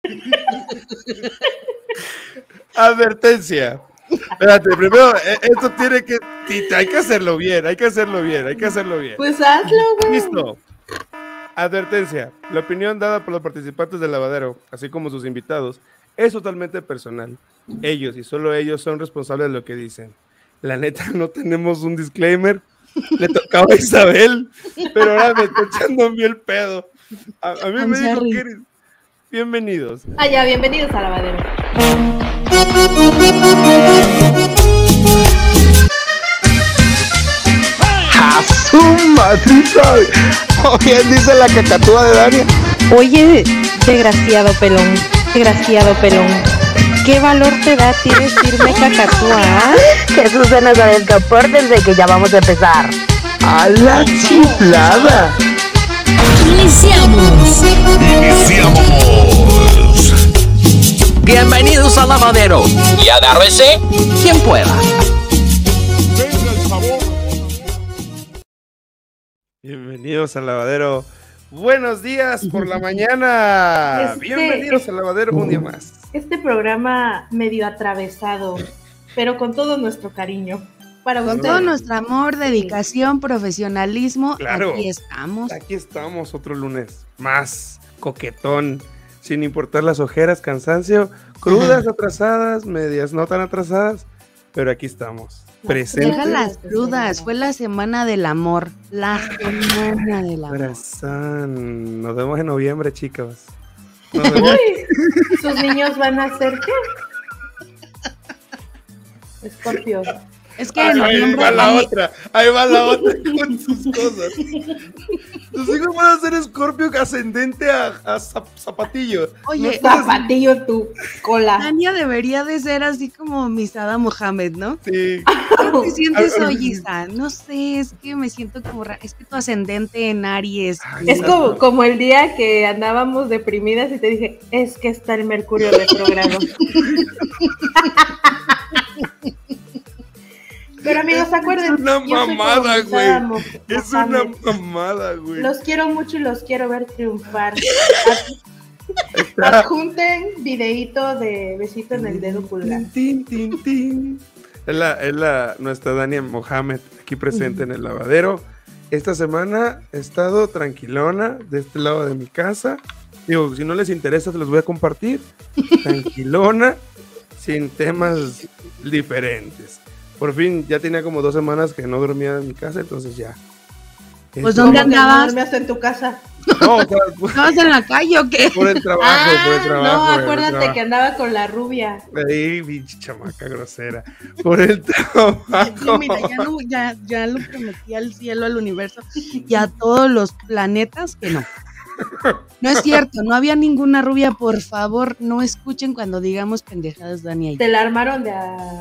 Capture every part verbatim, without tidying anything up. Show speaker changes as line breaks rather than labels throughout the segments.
Advertencia. Espérate, primero, esto tiene que, hay que hacerlo bien, hay que hacerlo bien, hay que hacerlo bien.
Pues hazlo, güey.
Listo. Advertencia. La opinión dada por los participantes del lavadero, así como sus invitados, es totalmente personal. Ellos y solo ellos son responsables de lo que dicen. La neta, no tenemos un disclaimer. Le tocaba a Isabel, pero ahora me está echando a mí el pedo. A, a mí I'm me sorry. Dijo que eres... Bienvenidos.
Ah, ya, bienvenidos al lavadero.
¡A su madrita! Bien dice la cacatúa de Dania.
Oye, desgraciado pelón, desgraciado pelón. ¿Qué valor te da a ti decirme cacatúa?
Jesús se nos desde que ya vamos a empezar.
¡A la chiflada!
¡Iniciamos!
¡Iniciamos!
Bienvenidos al lavadero. Y agárrese quien pueda.
Bienvenidos al lavadero. Buenos días por la mañana. Este, Bienvenidos al lavadero un día más.
Este programa medio atravesado, pero con todo nuestro cariño.
Para con todo nuestro amor, dedicación, sí. profesionalismo,
claro,
aquí estamos.
Aquí estamos otro lunes más coquetón, sin importar las ojeras, cansancio, crudas, atrasadas, medias no tan atrasadas, pero aquí estamos. Presentes.
Deja las crudas, fue la semana del amor, la semana del amor.
Corazón. Nos vemos en noviembre, chicos.
Nos vemos. Uy, ¿sus niños van a ser qué? Escorpio.
Es que en
ahí va la ahí... otra, ahí va la otra con sus cosas. Tus hijos van a ser Escorpio ascendente a, a zap, Zapatillo.
Oye, no Zapatillo tu cola.
Tania debería de ser así como Misada Mohamed, ¿no?
Sí.
¿Cómo te sientes hoy, Isa? No sé, es que me siento como ra... es que tu ascendente en Aries.
Ay, es como, como el día que andábamos deprimidas y te dije, es que está el Mercurio retrogrado. Pero amigos, acuérdense.
Es una mamada, güey. Es una mamada, güey.
Los quiero mucho y los quiero ver triunfar. Adjunten videíto de besito en el dedo pulgar.
Tin, tin, tin. Es la, es la nuestra Dania Mohamed aquí presente en el lavadero. Esta semana he estado tranquilona de este lado de mi casa. Digo, si no les interesa, se los voy a compartir. Tranquilona, sin temas diferentes. Por fin, ya tenía como dos semanas que no dormía en mi casa, entonces ya.
Pues ¿dónde andabas?
¿No dormías en tu casa?
No, o sea,
¿estabas en la calle o qué?
Por el trabajo,
ah,
por el trabajo.
No, acuérdate trabajo. Que andaba con la rubia.
Ahí, pinche chamaca grosera. Por el trabajo.
Sí, mira, ya, no, ya, ya lo prometí al cielo, al universo y a todos los planetas que no. No es cierto, no había ninguna rubia, por favor, no escuchen cuando digamos pendejadas, Dani.
Te la armaron de a...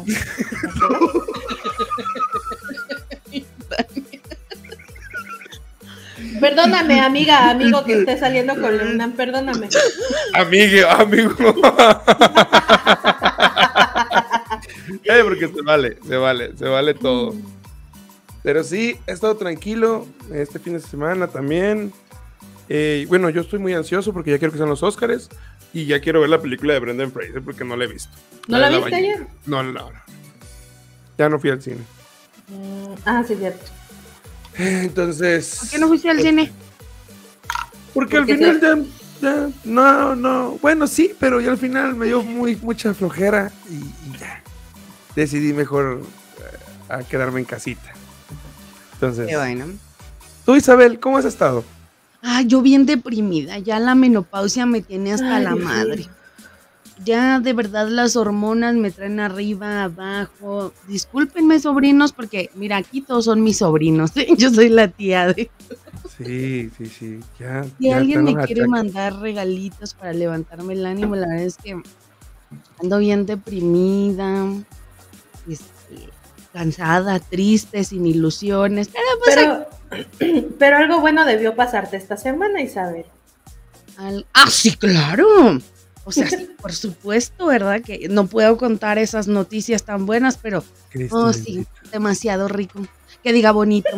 Perdóname, amiga, amigo que esté saliendo con la UNAM, perdóname.
Amigo, amigo. Eh, porque se vale, se vale, se vale todo. Pero sí, he estado tranquilo este fin de semana también. Eh, bueno, yo estoy muy ansioso porque ya quiero que sean los Óscares y ya quiero ver la película de Brendan Fraser porque no la he visto.
¿No la, la viste ayer?
No, no, no. Ya no fui al cine.
Mm, ah, sí, cierto.
Entonces...
¿Por qué no fuiste al pues, cine?
Porque, porque al final ya, ya... No, no... Bueno, sí, pero ya al final me dio muy, mucha flojera y, y ya. Decidí mejor uh, a quedarme en casita. Entonces...
Qué bueno.
Tú, Isabel, ¿cómo has estado?
Ah, yo bien deprimida, ya la menopausia me tiene hasta Ay, la madre. Sí. Ya de verdad las hormonas me traen arriba, abajo. Discúlpenme, sobrinos, porque mira, aquí todos son mis sobrinos. ¿eh? Yo soy la tía de...
Sí, sí, sí. Ya,
si
ya
alguien me quiere ataque. mandar regalitos para levantarme el ánimo, la verdad es que ando bien deprimida, este, cansada, triste, sin ilusiones. Pero pues...
Pero... Pero algo bueno debió pasarte esta semana, Isabel.
Al... Ah, sí, claro. O sea, sí, por supuesto, ¿verdad? Que no puedo contar esas noticias tan buenas, pero... Cristo oh, sí, bendito. Demasiado rico. Que diga bonito.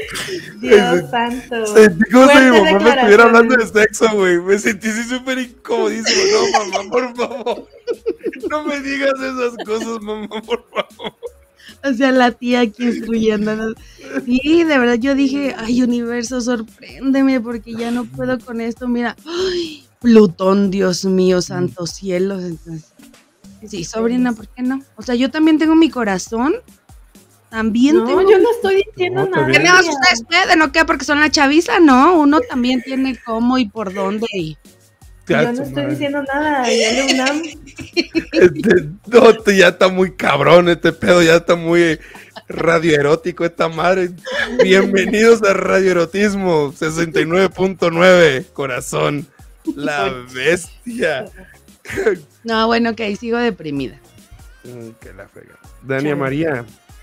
Dios santo.
Sentí como si
Fuertes
mi mamá me estuviera
declaraciones.
hablando de sexo, güey. Me sentí así súper incomodísimo. No, mamá, por favor. No me digas esas cosas, mamá, por favor.
O sea, la tía aquí instruyéndonos. Sí, de verdad yo dije, ay, universo, sorpréndeme porque ya no puedo con esto. Mira, ay, Plutón, Dios mío, santos cielos. Entonces, sí, sobrina, ¿por qué no? O sea, yo también tengo mi corazón. También
No,
tengo.
yo no estoy diciendo
No, está
nada.
¿Qué
bien.
no ustedes pueden o qué? Porque son la chaviza, ¿no? Uno también tiene cómo y por dónde. Y...
Yo
Ya,
no
su
estoy
madre.
diciendo nada. Ya le UNAM.
Este, no, este ya está muy cabrón, este pedo ya está muy radioerótico, esta madre. Bienvenidos a Radio Erotismo sesenta y nueve punto nueve, corazón, la bestia.
No, bueno, ok, sigo deprimida.
Mm, que la frega. Dania María.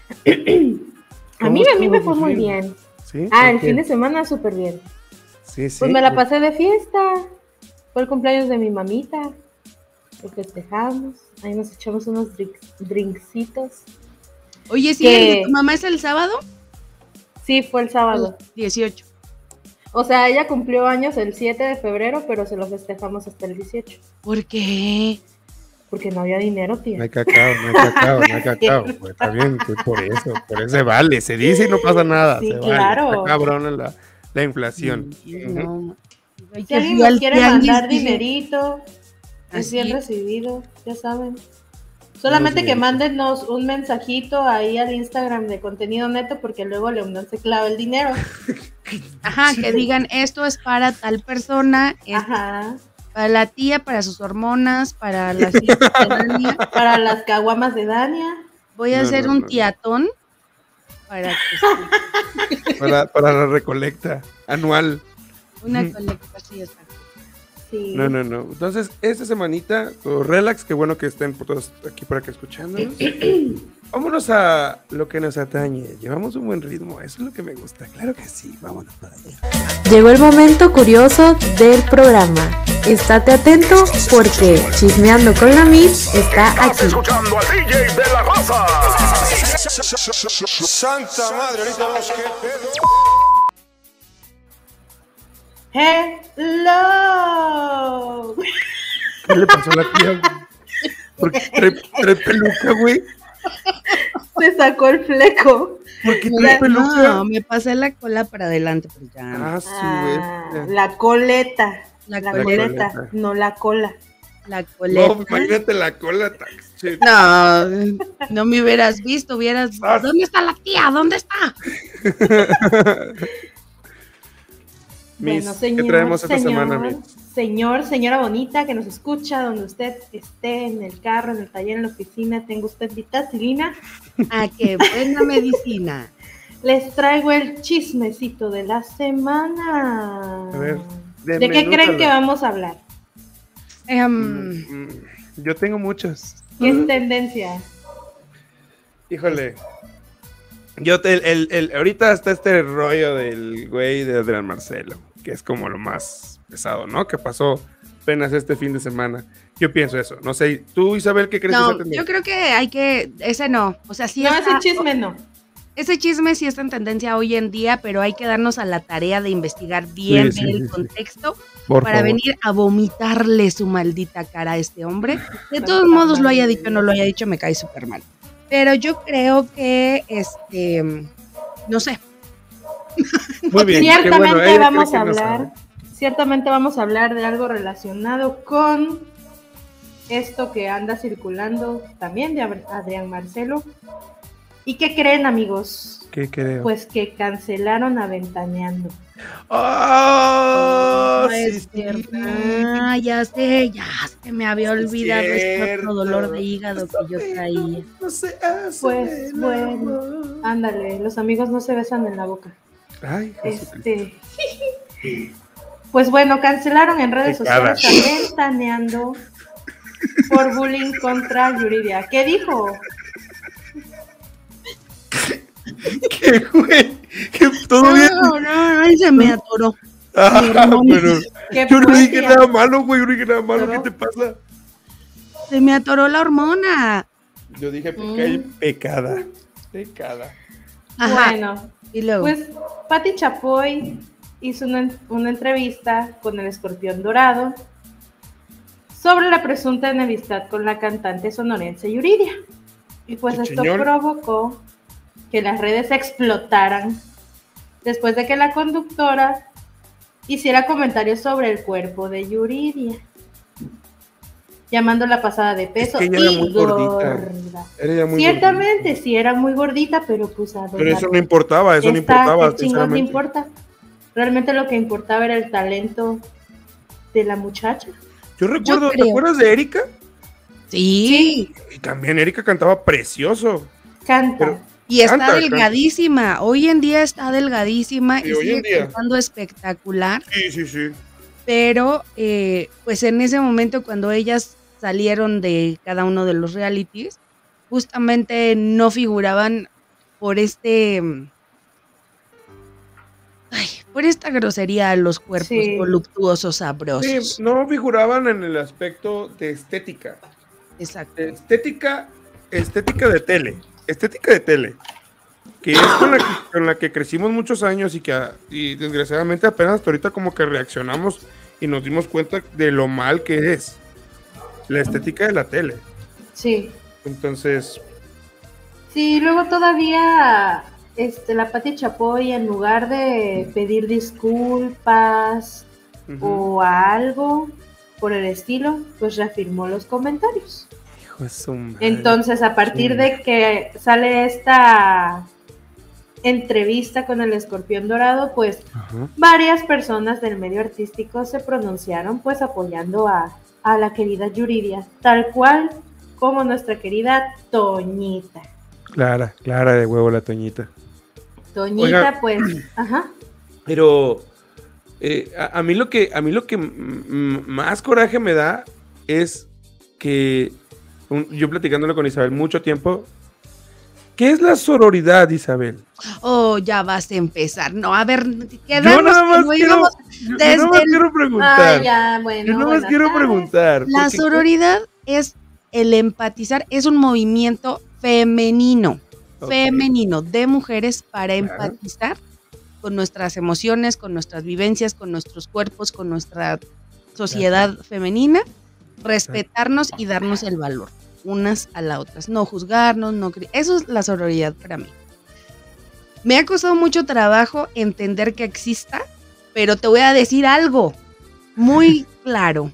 A mí, a mí me fue muy bien.
¿Sí?
Ah, el
¿Por qué?
fin de semana súper bien.
Sí, sí.
Pues me la pasé de fiesta. Fue el cumpleaños de mi mamita. Lo festejamos. Ahí nos echamos unos drink, drinkcitos.
Oye, ¿sí,
¿Qué?
el de tu mamá es el sábado?
Sí, fue el sábado.
dieciocho.
O sea, ella cumplió años el siete de febrero, pero se lo festejamos hasta el dieciocho.
¿Por qué?
Porque no había dinero,
No
tía.
hay cacao, no hay cacao, no hay cacao. Pues, está bien, pues, por eso, por eso se vale, se dice y no pasa nada.
Sí,
se vale.
claro.
Está cabrona la, la inflación.
Sí,
Ujú.
no. Ay,
Si
que
alguien
fui al
nos quiere
tianguis,
mandar
dije,
dinerito, es
Así.
bien recibido, ya saben. Solamente que
dinerito.
mándenos un mensajito ahí al Instagram de Contenido Neto, porque luego Leonel se clava el dinero.
Ajá, que digan, esto es para tal persona, es
Ajá.
para la tía, para sus hormonas, para las hijas de Dania.
Para las caguamas de Dania.
Voy a
No,
hacer
no,
un
no.
tiatón para que
Para, para la recolecta anual.
una
Ujú.
colecta así está.
Sí.
No, no, no. Entonces, esta semanita, todo relax, qué bueno que estén por todos aquí por acá escuchándonos. Vámonos a lo que nos atañe. Llevamos un buen ritmo, eso es lo que me gusta. Claro que sí, vámonos para allá.
Llegó el momento curioso del programa. Estate atento porque Chismeando con la Miss está aquí.
escuchando al D J de la raza. Santa madre, ahorita vamos que pedo.
Hello.
¿Qué le pasó a la tía? ¿Por qué trae, trae peluca, güey?
Se sacó el fleco.
¿Por qué
Mira,
trae peluca?
No, me pasé la cola para adelante, pero ya.
Ah, su
Ah,
bestia.
la coleta.
La
La,
coleta.
coleta, no la cola.
La coleta.
No, imagínate la cola. ta- che.
No, no me hubieras visto, hubieras.
Ah.
¿Dónde está la tía? ¿Dónde está?
Miss,
Bueno,
¿qué
señor,
traemos esta
señor,
semana, Miss?
señor, señora bonita que nos escucha, donde usted esté, en el carro, en el taller, en la oficina, tenga usted vitacilina,
Ah, qué buena medicina.
les traigo el chismecito de la semana.
A ver,
¿de qué creen
desmenúzalo.
que vamos a hablar?
Em,
Mm, mm, Yo tengo muchos.
¿Qué es tendencia?
Híjole. Yo te, el, el, el- ahorita está este rollo del güey de Adrián Marcelo, que es como lo más pesado, ¿no? Que pasó apenas este fin de semana. Yo pienso eso. No sé, tú, Isabel, ¿qué crees que
no,
sea tendencia?
yo creo que hay que. Ese no. O sea, sí
No,
está-
ese chisme no.
ese chisme sí está en tendencia hoy en día, pero hay que darnos a la tarea de investigar bien,
Sí, sí,
ver
sí,
el
sí.
contexto
Por
para
favor.
venir a vomitarle su maldita cara a este hombre. De todos modos, lo haya dicho o no lo haya dicho, me cae súper mal. Pero yo creo que, este, no sé.
Muy bien. qué
Ciertamente
bueno, ella
vamos
cree
a
que no
hablar,
sabe.
ciertamente vamos a hablar de algo relacionado con esto que anda circulando también de Ab- Adrián Marcelo. ¿Y qué creen, amigos?
¿Qué creo?
Pues que cancelaron a Ventaneando.
¡Ah!
No es
sí,
cierto.
sí.
Ah, ya sé, ya se me había
Sí, es
olvidado este otro
cierto.
dolor de hígado que yo traía.
No se hace
Pues
el
bueno,
amor.
ándale, los amigos no se besan en la boca.
Ay, Jesucristo.
Este, pues bueno, cancelaron en redes
Pecada.
sociales a Ventaneando por bullying contra Yuridia. ¿Qué dijo?
¿Qué, güey? ¿Qué, ¿Todo bien?
No, no, ay, se me atoró.
Ah,
hermano.
pero
¿Qué
yo no
fue,
dije
tía?
nada malo, güey. Yo no dije nada malo.
Pero-
¿Qué te pasa?
Se me atoró la hormona.
Yo dije peca
Mm.
pecada. Pecada.
Ajá.
Bueno,
Y luego.
Pues Pati Chapoy hizo una, una entrevista con el Escorpión Dorado sobre la presunta enemistad con la cantante sonorense Yuridia. Y pues esto
Chichiñol.
provocó que las redes explotaran después de que la conductora hiciera comentarios sobre el cuerpo de Yuridia, llamándola pasada de peso
Es que ella era
y
muy
gorda.
gordita. Era ella muy
Ciertamente,
gordita.
sí era muy gordita, pero pues a
Pero eso no importaba, eso no
Esta,
importaba,
¿qué chingón te
sinceramente.
importa? Realmente lo que importaba era el talento de la muchacha.
Yo recuerdo, ¿te
creo.
acuerdas de Erika?
Sí.
Y también Erika cantaba precioso.
Canta.
Pero-
Y está
Canta,
delgadísima. Hoy en día está delgadísima
Sí,
y
hoy
sigue
en día.
cantando espectacular.
Sí, sí, sí.
Pero, eh, pues en ese momento, cuando ellas salieron de cada uno de los realities, justamente no figuraban por este. mm, Ay, por esta grosería a los cuerpos
Sí.
voluptuosos,
Sí,
sabrosos.
no figuraban en el aspecto de estética.
Exacto.
Estética, estética de tele. Estética de tele. Que es con la que, con la que crecimos muchos años y que a- y desgraciadamente apenas hasta ahorita como que reaccionamos y nos dimos cuenta de lo mal que es la estética de la tele.
Sí.
Entonces,
Sí, luego todavía este, la Pati Chapoy, en lugar de pedir disculpas
ujú.
o algo por el estilo, pues reafirmó los comentarios.
Hijo de su madre.
Entonces, a partir
Sí.
de que sale esta entrevista con el Escorpión Dorado, pues
Ajá.
varias personas del medio artístico se pronunciaron pues apoyando a, a la querida Yuridia, tal cual como nuestra querida Toñita.
Clara, Clara de huevo la Toñita.
Toñita,
Oiga.
pues, ajá.
Pero eh, a, a mí lo que a mí lo que m- m- más coraje me da es que un- yo platicándolo con Isabel mucho tiempo. ¿Qué es la sororidad, Isabel?
Oh, ya vas a empezar. No, a ver,
Yo
quedamos
nada
que
más
no
quiero,
íbamos
yo- yo
desde
nada más
el-
quiero preguntar.
Ah, ya, bueno.
yo nada más
buenas
quiero
tardes.
preguntar.
La
porque-
sororidad es el empatizar, es un movimiento femenino,
Ok.
femenino de mujeres para
Claro.
empatizar con nuestras emociones, con nuestras vivencias, con nuestros cuerpos, con nuestra sociedad femenina, respetarnos y darnos el valor unas a las otras, no juzgarnos, no cri- eso es la sororidad para mí. Me ha costado mucho trabajo entender que exista, pero te voy a decir algo muy claro.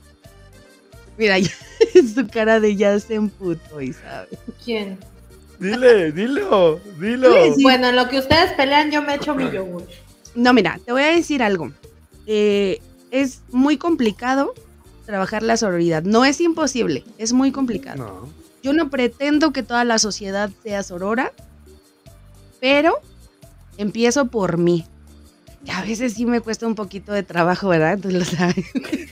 Mira, ya, su cara de ya se emputó, Isabel.
¿Quién?
Dile, dilo, dilo.
Sí.
Bueno, en lo que ustedes pelean, yo me echo mi yogur.
No, mira, te voy a decir algo. Eh, es muy complicado trabajar la sororidad. No es imposible, es muy complicado.
No.
Yo no pretendo que toda la sociedad sea sorora, pero empiezo por mí. Que a veces sí me cuesta un poquito de trabajo, ¿verdad? Tú lo sabes.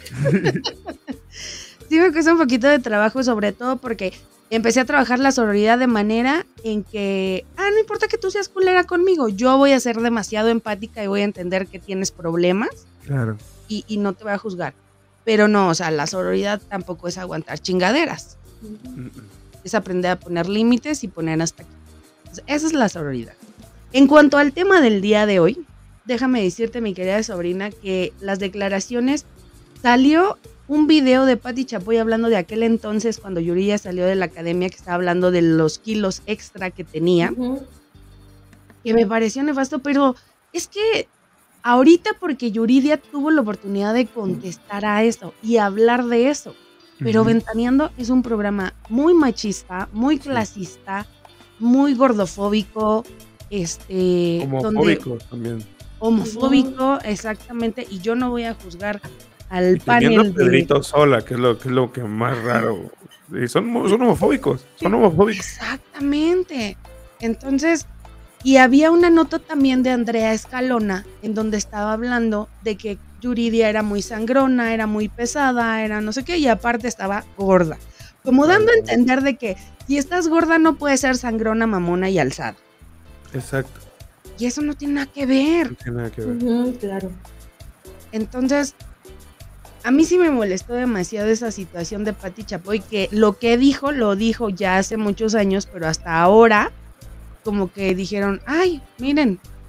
Sí me cuesta un poquito de trabajo, sobre todo porque empecé a trabajar la sororidad de manera en que, ah, no importa que tú seas culera conmigo, yo voy a ser demasiado empática y voy a entender que tienes problemas
Claro.
y, y no te voy a juzgar. Pero no, o sea, la sororidad tampoco es aguantar chingaderas.
Mm, mm.
Es aprender a poner límites y poner hasta aquí. O sea, esa es la sororidad. En cuanto al tema del día de hoy, déjame decirte, mi querida sobrina, que las declaraciones, salió un video de Pati Chapoy hablando de aquel entonces cuando Yuridia salió de la academia, que estaba hablando de los kilos extra que tenía,
Ujú.
que me pareció nefasto, pero es que ahorita porque Yuridia tuvo la oportunidad de contestar a eso y hablar de eso, pero
Ujú.
Ventaneando es un programa muy machista, muy clasista, muy gordofóbico, este, donde
Homofóbico también.
homofóbico, exactamente, y yo no voy a juzgar al
Y teniendo
panel
a Pedrito Sola, que es lo que es lo que más raro. Y son, son homofóbicos, son homofóbicos.
Exactamente. Entonces, y había una nota también de Andrea Escalona en donde estaba hablando de que Yuridia era muy sangrona, era muy pesada, era no sé qué, y aparte estaba gorda. Como dando a entender de que si estás gorda no puedes ser sangrona, mamona y alzada.
Exacto.
Y eso no tiene nada que ver.
No tiene nada que ver.
Ujú, claro.
Entonces, a mí sí me molestó demasiado esa situación de Pati Chapoy, que lo que dijo, lo dijo ya hace muchos años, pero hasta ahora, como que dijeron, ay, miren,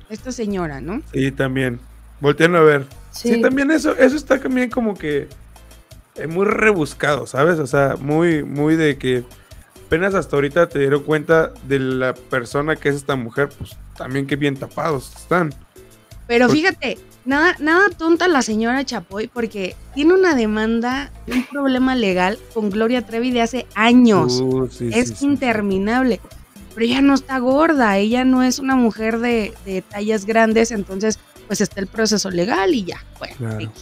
esta señora, ¿no?
Sí, también. Volteando a ver. Sí,
Sí.
también eso, eso está también como que eh, muy rebuscado, ¿sabes? O sea, muy, muy de que apenas hasta ahorita te dieron cuenta de la persona que es esta mujer, pues también que bien tapados están.
Pero
Por-
fíjate, nada, nada tonta la señora Chapoy, porque tiene una demanda, un problema legal con Gloria Trevi de hace años.
Uh, sí,
es
sí, sí.
interminable. Pero ella no está gorda, ella no es una mujer de, de tallas grandes, entonces pues está el proceso legal y ya, bueno.
Claro.
X.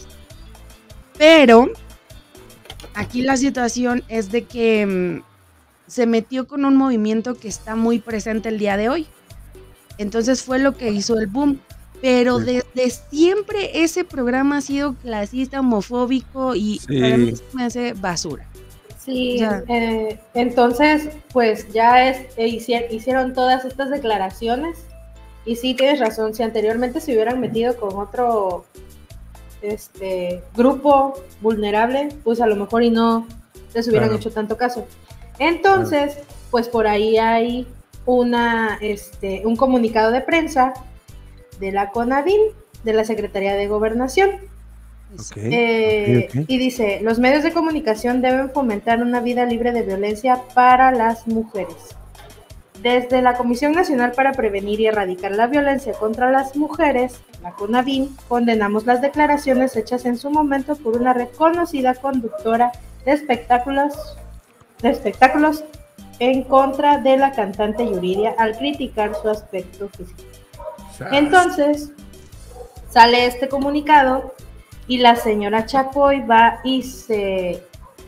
Pero aquí la situación es de que mm, se metió con un movimiento que está muy presente el día de hoy. Entonces fue lo que hizo el boom. Pero
Sí.
desde siempre ese programa ha sido clasista, homofóbico y
Sí.
para mí se me hace basura.
Sí,
O sea,
eh, entonces, pues ya es, eh, hici- hicieron todas estas declaraciones y sí, tienes razón, si anteriormente se hubieran metido con otro este, grupo vulnerable, pues a lo mejor y no les hubieran
Claro.
hecho tanto caso. Entonces, pues por ahí hay una, este, un comunicado de prensa de la CONAVIN, de la Secretaría de Gobernación.
es-
Ok,
Eh,
ok, ok.
Y dice, los medios de comunicación deben fomentar una vida libre de violencia para las mujeres. Desde la Comisión Nacional para Prevenir y Erradicar la Violencia contra las Mujeres, la CONAVIN, condenamos las declaraciones hechas en su momento por una reconocida conductora de espectáculos, de espectáculos en contra de la cantante Yuridia al criticar su aspecto físico.
Sas.
Entonces, sale este comunicado y la señora Chapoy va y se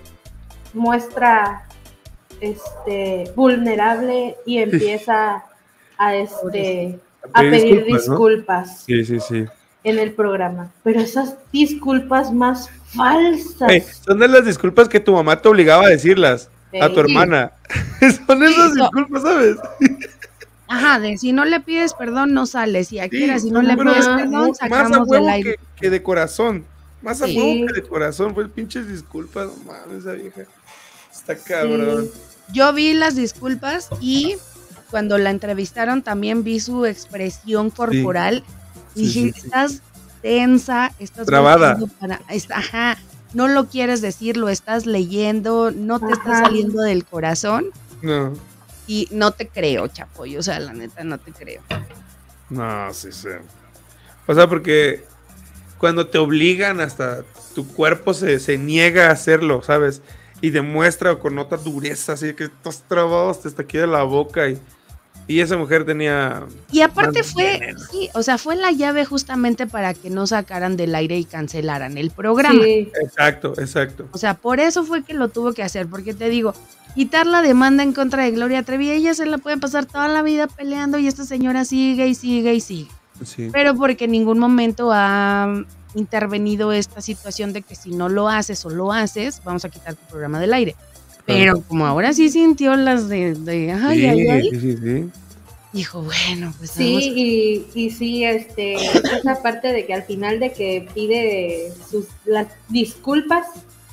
muestra este vulnerable y empieza a este a
Pedir
pedir
disculpas, ¿no?
disculpas
Sí, sí, sí.
en el programa, pero esas disculpas más falsas.
Ey, son de las disculpas que tu mamá te obligaba a decirlas a tu
Ey.
hermana. Son esas
eso.
disculpas, ¿sabes?
Ajá, de si no le pides perdón, no sales. Y aquí
Sí,
era, si no
son
le
pero
pides
de-
perdón,
mu- más a
sacamos
huevo
del aire.
que, que de corazón. Más a
Sí.
huevo que de corazón. Pues pinches disculpas, no mames, esa vieja. Está cabrón.
Sí.
Yo vi las disculpas y cuando la entrevistaron también vi su expresión corporal.
Sí,
Y dije,
sí, sí.
estás tensa, estás
Trabada.
volteando para, está- ajá, no lo quieres decir, lo estás leyendo, no te está
Ajá.
saliendo del corazón
No,
y no te creo, Chapoy, o sea, la neta no te creo.
no, sí, sí. O sea, porque cuando te obligan hasta tu cuerpo se, se niega a hacerlo, ¿sabes? Y demuestra con otra dureza, así que estás trabado hasta aquí de la boca y, y esa mujer tenía...
Y aparte
más
fue,
veneno.
sí, o sea, fue la llave justamente para que no sacaran del aire y cancelaran el programa.
Sí.
Exacto, exacto.
O sea, por eso fue que lo tuvo que hacer, porque te digo, quitar la demanda en contra de Gloria Trevi, ella se la puede pasar toda la vida peleando y esta señora sigue y sigue y sigue.
Sí.
Pero porque en ningún momento ha intervenido esta situación de que si no lo haces o lo haces, vamos a quitar tu programa del aire. Pero como ahora sí sintió las de, de ay,
sí,
ay, ay,
sí, sí, sí.
dijo, bueno, pues
Sí,
vamos.
y, y sí, este, esa parte de que al final de que pide sus las disculpas,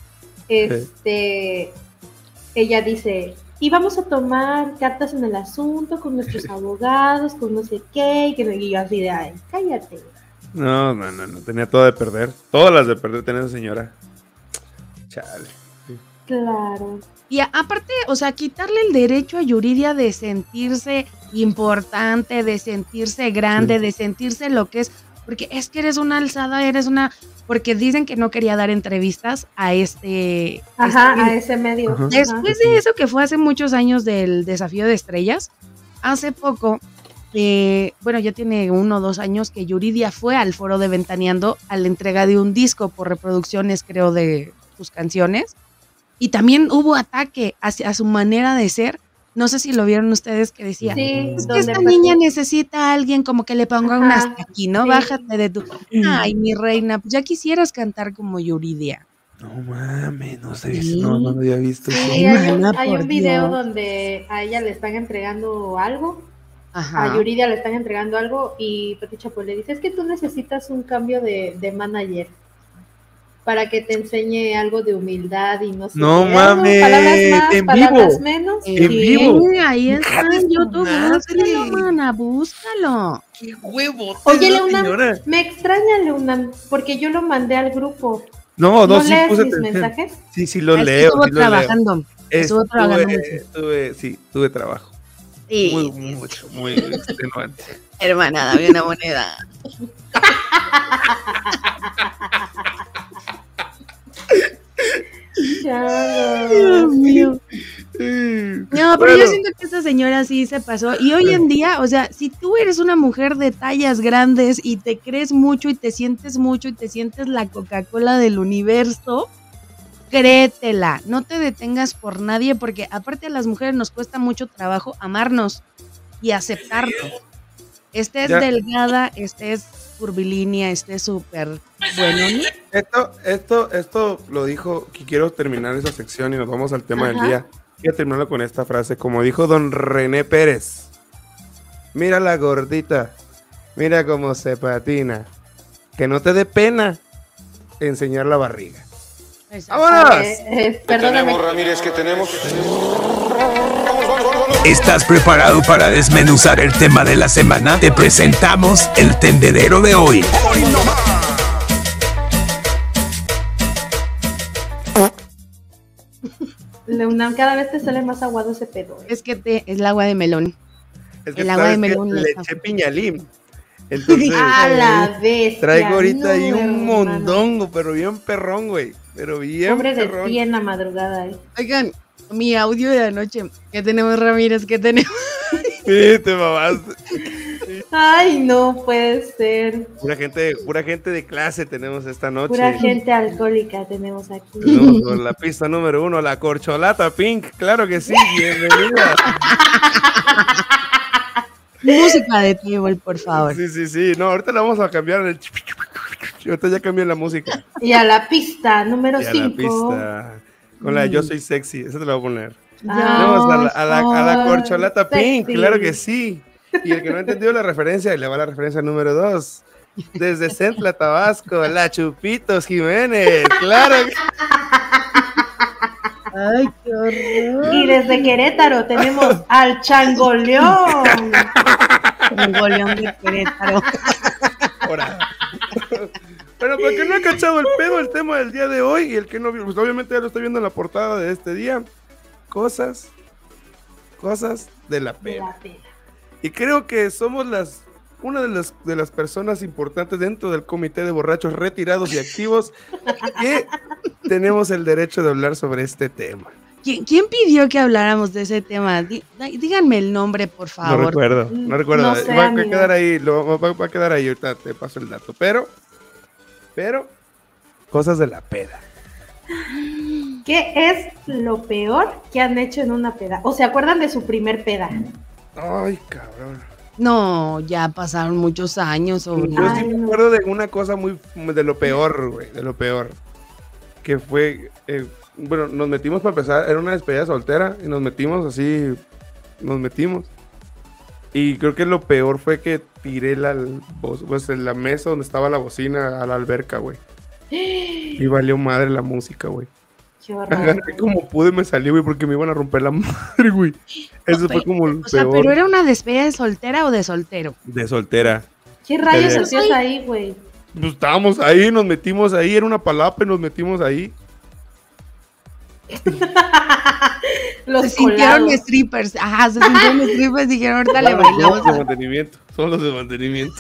este, ella dice, y vamos a tomar cartas en el asunto con nuestros abogados, con no sé qué, y que y yo así de, ay, cállate.
No, no, no, no, tenía todo de perder. Todas las de perder tenía esa señora. Chale.
Claro.
Y a- aparte, o sea, quitarle el derecho a Yuridia de sentirse importante, de sentirse grande,
Sí.
de sentirse lo que es, porque es que eres una alzada, eres una, porque dicen que no quería dar entrevistas a este,
Ajá,
este-
a ese medio.
Ajá.
Ajá.
Después de eso que fue hace muchos años del desafío de estrellas, hace poco, eh, bueno, ya tiene uno o dos años que Yuridia fue al foro de Ventaneando a la entrega de un disco por reproducciones, creo, de sus canciones. Y también hubo ataque hacia su manera de ser. No sé si lo vieron ustedes que decía,
Sí,
es que
donde
esta
empezó-
niña necesita a alguien como que le ponga un
Ajá,
hasta aquí, ¿no?
sí.
Bájate de tu... Ay, mi reina, pues ya quisieras cantar como Yuridia.
No mames, no sé,
Sí.
no, no lo había visto.
Sí,
Ay,
hay un,
mana,
hay
por
un video
Dios.
donde a ella le están entregando algo,
Ajá.
a Yuridia le están entregando algo y Pati Chapoy le dice, es que tú necesitas un cambio de, de manager. para que te enseñe algo de humildad y no sé.
No
qué,
mames,
algo, palabras más,
en
palabras
vivo.
menos.
En
Sí.
vivo.
Sí, ahí está
Hija de
en
su
YouTube,
madre.
búscalo, mana, búscalo.
¡Qué huevo!
Oye, Leonam, me extraña, Leonam, porque yo lo mandé al grupo.
No, no,
¿No
sí
lees
puse
mis
atención.
mensajes?
Sí, sí lo
Es que
leo,
estuvo
sí lo leo.
trabajando. Estuvo trabajando mucho.
Estuve, tuve, sí, tuve trabajo.
Sí,
Muy,
sí,
mucho, muy extenuante.
hermana, dame una moneda.
Chao.
Dios mío.
Mm,
No, pero
bueno,
yo siento que esta señora sí se pasó. Y hoy en día, o sea, si tú eres una mujer de tallas grandes y te crees mucho y te sientes mucho y te sientes la Coca-Cola del universo, créetela. No te detengas por nadie porque aparte a las mujeres nos cuesta mucho trabajo amarnos y aceptarnos. Estés
Ya.
delgada, estés curvilínea, estés súper bueno, ¿no?
Esto, esto, esto lo dijo, que quiero terminar esa sección y nos vamos al tema del
Ajá.
día. Quiero terminarlo con esta frase, como dijo don René Pérez. Mira la gordita, mira cómo se patina. Que no te dé pena enseñar la barriga. ¡Vámonos!
Eh, eh, perdóname.
Tenemos, Ramírez, que tenemos.
¿Estás preparado para desmenuzar el tema de la semana? Te presentamos el tendedero de hoy.
¡Hoy no más!
Leonam, cada vez te sale más aguado ese pedo. ¿eh?
Es que te, es el agua de melón.
Es que
El agua de
sabes que
melón
le
le
eché
está-
piñalín. Entonces,
A la bestia.
traigo ahorita
no,
ahí un
hermano.
mondongo, pero bien perrón, güey. Pero bien
Pobre de
perrón.
ti en la madrugada. ¿eh?
Oigan, mi audio de anoche. ¿Qué tenemos, Ramírez? ¿Qué tenemos?
Sí, te mamaste.
Ay, no puede ser.
Pura gente, pura gente de clase tenemos esta noche.
Pura gente alcohólica tenemos aquí.
Tenemos con la pista número uno, la corcholata pink. Claro que sí, bienvenida.
Música de table, por favor.
Sí, sí, sí. No, ahorita la vamos a cambiar. El... Ahorita ya cambié la música.
Y a la pista número
Y a la
cinco.
pista. Con la de Yo Soy Sexy. Esa te la voy a poner.
Ah,
Tenemos a la, a la, a la
soy
corcholata pink.
sexy.
Claro que sí. Y el que no ha entendido la referencia, y le va la referencia número dos. Desde Centla, Tabasco, la Chupitos Jiménez. Claro que
Ay, qué horror.
Y desde Querétaro tenemos al Changoleón.
Un goleón de Querétaro.
ahora. Bueno, para que no ha cachado el pedo, el tema del día de hoy, y el que no vio, pues obviamente ya lo está viendo en la portada de este día. Cosas, cosas de la
De
peda.
la peda.
Y creo que somos las una de las, de las personas importantes dentro del comité de borrachos retirados y activos que tenemos el derecho de hablar sobre este tema.
¿Quién, quién pidió que habláramos de ese tema? Dí- díganme el nombre, por
No
favor.
recuerdo, no recuerdo.
No sé,
va, va a
amigo.
quedar ahí, lo, va, va a quedar ahí, ahorita te paso el dato. Pero, pero, cosas de la peda.
¿Qué es lo peor que han hecho en una peda? ¿O se acuerdan de su primer peda?
Ay, cabrón.
No, ya pasaron muchos años. Sobre...
Yo sí
Ay,
me
no.
acuerdo de una cosa muy de lo peor, güey, de lo peor. Que fue, eh, bueno, nos metimos para empezar, era una despedida soltera y nos metimos así, nos metimos. Y creo que lo peor fue que tiré la, pues, en la mesa donde estaba la bocina a la alberca, güey. Y valió madre la música, güey.
Qué horror.
Agarré como pude, me salí, güey, porque me iban a romper la madre, güey. Eso fue como lo
O sea,
peor
¿pero era una despedida de soltera o de soltero?
de soltera.
¿Qué rayos
Ay.
hacías ahí, güey?
Pues estábamos ahí, nos metimos ahí, era una palapa y nos metimos ahí.
Los
Se sintieron
colados.
strippers. Ajá, se sintieron strippers. Dijeron, ahorita le
Son
bailamos.
los de mantenimiento, son los de mantenimiento.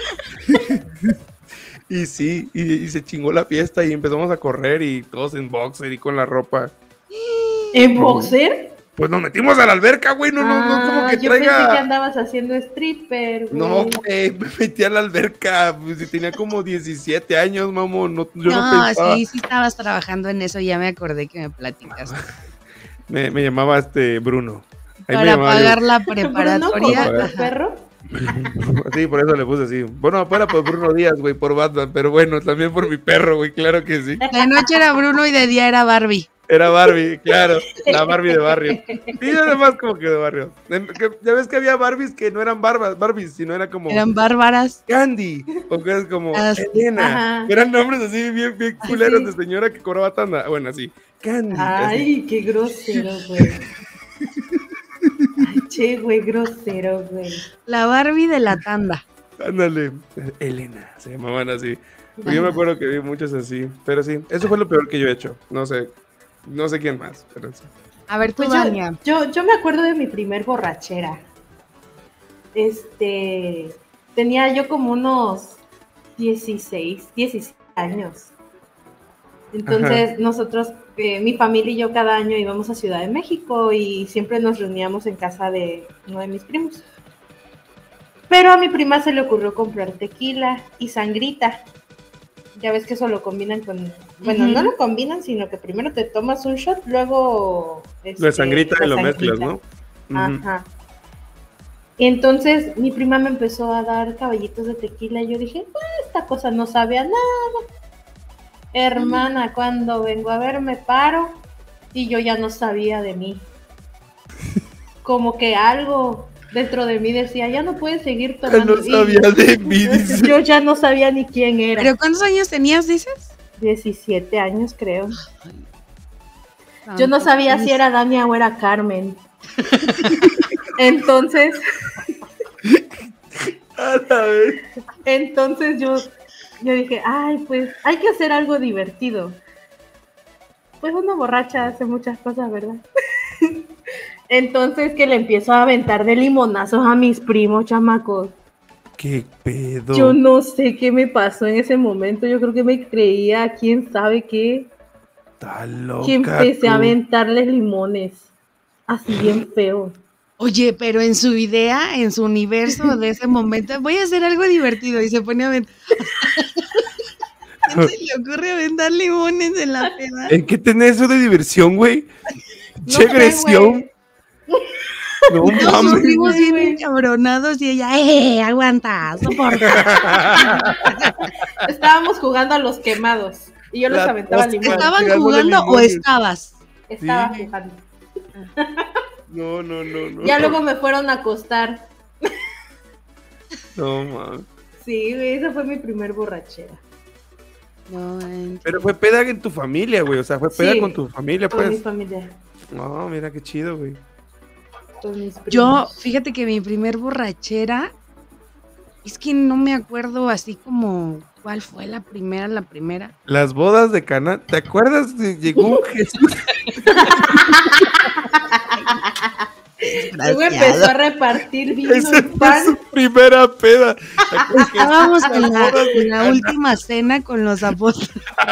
Y sí, y, y se chingó la fiesta y empezamos a correr y todos en boxer y con la ropa.
¿En boxer?
Pues nos metimos a la alberca, güey, no, no, no, como
Ah,
que
yo pensé que
traiga...
andabas haciendo stripper, güey.
No, güey, me metí a la alberca, pues si tenía como diecisiete años, mamón, no, yo no,
No,
pensaba.
sí, sí estabas trabajando en eso. Ya me acordé que me platicas.
Me, me llamaba este Bruno. Ahí me
Para
llamaba
pagar la
Bruno,
preparatoria.
como tu
Ajá.
perro.
Sí, por eso le puse así. Bueno, fuera por Bruno Díaz, güey, por Batman, pero bueno, también por mi perro, güey, claro que sí.
De noche era Bruno y de día era Barbie.
Era Barbie, claro, la Barbie de barrio. Y además como que de barrio. Ya ves que había Barbies que no eran barbas, Barbies, sino era como...
Eran bárbaras.
Candy, o que es como
Ah,
Elena.
ajá.
Eran nombres así bien, bien culeros
sí.
de señora que cobraba tanda. Bueno, así, Candy. así.
Ay, qué grosero, güey. Ay, che, güey, grosero, güey.
La Barbie de la tanda.
Ándale, Elena, se llamaban así. Yo me acuerdo que vi muchos así, pero sí, eso fue lo peor que yo he hecho. No sé, no sé quién más, pero sí.
A ver, tú,
Pues
Dania.
yo, yo, yo me acuerdo de mi primer borrachera. Este, tenía yo como unos dieciséis, diecisiete años. Entonces
Ajá.
nosotros, eh, mi familia y yo cada año íbamos a Ciudad de México y siempre nos reuníamos en casa de uno de mis primos. Pero a mi prima se le ocurrió comprar tequila y sangrita. Ya ves que eso lo combinan con... Bueno,
Ujú.
no lo combinan, sino que primero te tomas un shot, luego...
Lo de
este,
sangrita
la
y lo mezclas,
sangrita.
¿no? Ujú.
Ajá. Y entonces mi prima me empezó a dar caballitos de tequila y yo dije, "Ah, esta cosa no sabe a nada. Hermana, cuando vengo a ver me paro y yo ya no sabía de mí. Como que algo dentro de mí decía, ya no puedes seguir
Ya
tomando.
no sabía de mí, dice.
Yo ya no sabía ni quién era.
¿Pero cuántos años tenías, dices?
diecisiete años, creo. Yo no sabía si era Dania o era Carmen. Entonces,
A la vez.
entonces yo, yo dije, ay, pues hay que hacer algo divertido. Pues una borracha hace muchas cosas, ¿verdad? Entonces que le empiezo a aventar de limonazos a mis primos, chamacos.
¿Qué pedo?
Yo no sé qué me pasó en ese momento. Yo creo que me creía, quién sabe qué.
Está loca,
Que empecé a
tú.
aventarles limones. Así bien feo.
Oye, pero en su idea, en su universo de ese momento, voy a hacer algo divertido y se pone a aventar. ¿Quién se le ocurre aventar limones en la peda?
¿En qué tenés eso de diversión, güey?
No
¡Che
sé,
agresión!
güey.
No
Todos sus
mames.
primos bien
güey.
encabronados y ella, ¡eh! Aguanta, soporta.
Estábamos jugando a los quemados. Y yo les
La
aventaba
tos-
limones.
¿Estaban
Tirándole
jugando o
limones.
estabas?
Estaba
Sí.
jugando.
No, no, no, no.
Ya luego me fueron a acostar.
No, mames.
Sí, güey, esa fue mi primer borrachera.
No, ent-
Pero fue peda en tu familia, güey. O sea, fue peda
Sí,
con tu familia,
Con mi
pues.
familia.
No, mira qué chido, güey.
Con mis primos.
yo, fíjate que mi primer borrachera, es que no me acuerdo así como cuál fue la primera, la primera.
Las bodas de Cana. ¿Te acuerdas? de- Llegó un Jesús.
Luego empezó a repartir vino
Esa
y
fue
pan.
su primera peda. ¿Te acuerdas que
Estábamos en la,
bodas de
en la
Caná?
última cena con los apóstoles.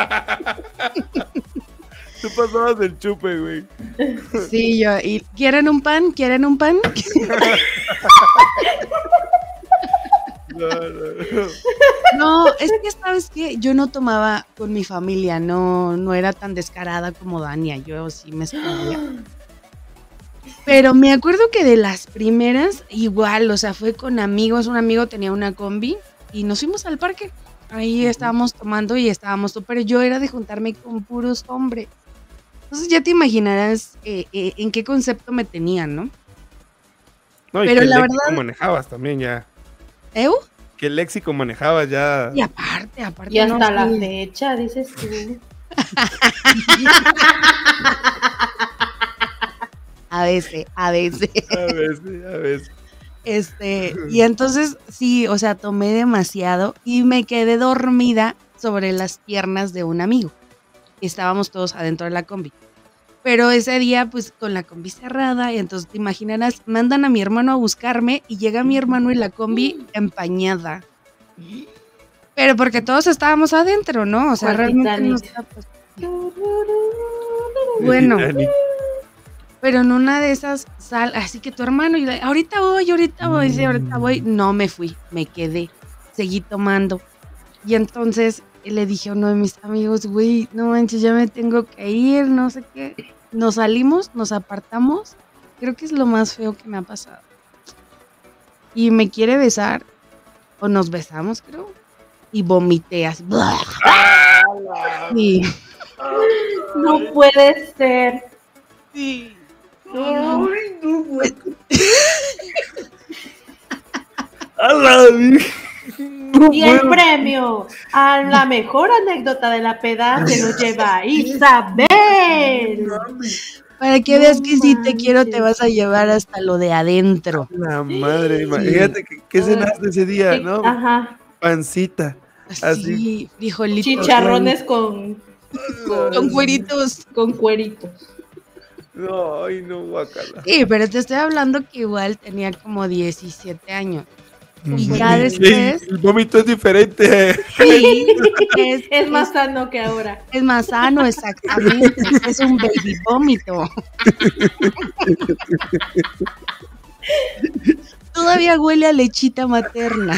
Tú pasabas del chupe, güey.
Sí, yo, y ¿quieren un pan? ¿Quieren un pan?
No, no, no.
No, es que sabes que yo no tomaba con mi familia, no, no era tan descarada como Dania, yo sí me escondía. Pero me acuerdo que de las primeras, igual, o sea, fue con amigos, un amigo tenía una combi y nos fuimos al parque. Ahí estábamos tomando y estábamos, pero yo era de juntarme con puros hombres. Entonces ya te imaginarás eh, eh, en qué concepto me tenían, ¿no?
No, y
Pero
qué
la
léxico
verdad-
manejabas también ya.
¿Eu?
¿Qué léxico manejabas ya?
Y aparte, aparte.
Y hasta
no,
la
sí.
fecha, dices tú.
A veces, a veces.
A veces, a veces.
Este, y entonces sí, o sea, tomé demasiado y me quedé dormida sobre las piernas de un amigo. Estábamos todos adentro de la combi. Pero ese día, pues con la combi cerrada, y entonces te imaginarás, mandan a mi hermano a buscarme y llega mi hermano en la combi empañada. Pero porque todos estábamos adentro, ¿no? O sea,
Cual
realmente
Titanic.
no está, pues, Bueno.
Titanic.
pero en una de esas sal, así que tu hermano, y la- ahorita voy, ahorita voy, sí, ahorita voy. No me fui, me quedé, seguí tomando. Y entonces le dije a uno de mis amigos, güey, no manches, ya me tengo que ir, no sé qué. Nos salimos, nos apartamos. Creo que es lo más feo que me ha pasado. Y me quiere besar, o nos besamos, creo. Y vomité así. Y
No puede ser.
Sí.
Ay, no, güey. A la vi- no
Y el
puedo.
premio a la mejor anécdota de la peda se lo lleva Isabel.
Para que
No
veas que si te quiero, te
manches.
vas a llevar hasta lo de adentro.
La madre, imagínate que, que
Ay,
cenaste ese día,
Sí,
¿no?
Ajá.
Pancita. Así.
Sí, frijolitos.
Chicharrones con, con,
Con cueritos.
con cueritos.
No, ay, no, guacala.
Sí, pero te estoy hablando que igual tenía como diecisiete años. Y
Mm.
ya
Sí,
después
el vómito es diferente.
sí, es,
Es más
es-
sano que ahora.
es más sano, exactamente. Es un baby vómito. Todavía huele a lechita materna.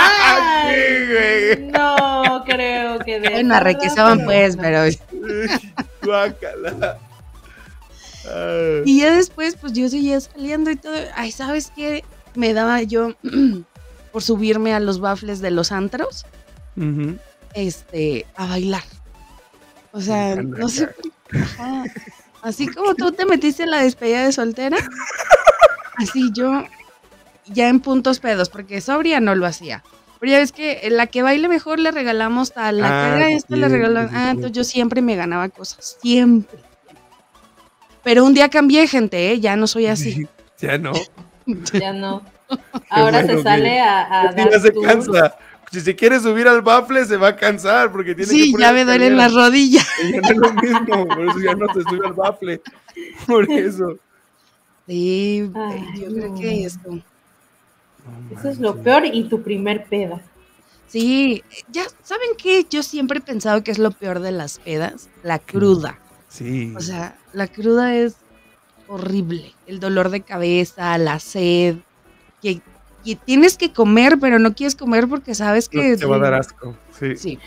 Ay, no creo que de
Bueno,
verdad,
arrequizaban pues,
no.
pero...
Guácala. Ay.
Y ya después, pues yo seguía saliendo y todo. Ay, ¿sabes qué? Me daba yo por subirme a los baffles de los antros,
Ujú.
este, a bailar. O sea,
Anda
no sé.
acá.
Ajá. Así como tú te metiste en la despedida de soltera, así yo, ya en puntos pedos, porque sobria no lo hacía. Pero ya ves que la que baile mejor le regalamos tal, la que
Ah,
haga
sí,
esto le
sí,
regalamos.
sí,
Ah,
sí.
entonces yo siempre me ganaba cosas, siempre. Pero un día cambié, gente, ¿eh? Ya no soy así.
Ya no.
Ya no. Ahora
bueno
se sale
que-
a, a
Es que
dar
ya se
tours.
cansa. Si se quiere subir al bafle, se va a cansar porque tiene que
Sí,
poner
ya me duelen las
escaleras.
rodillas.
Y ya no es lo mismo, por eso ya no se sube al bafle. Por eso.
Sí,
Ay,
yo
no.
creo que esto.
Eso es lo peor y tu primer peda.
Sí, ya, ¿saben qué? Yo siempre he pensado que es lo peor de las pedas, la cruda.
Sí.
O sea, la cruda es horrible. El dolor de cabeza, la sed, que, que tienes que comer, pero no quieres comer porque sabes
No,
que...
te va a dar asco. Sí.
Sí.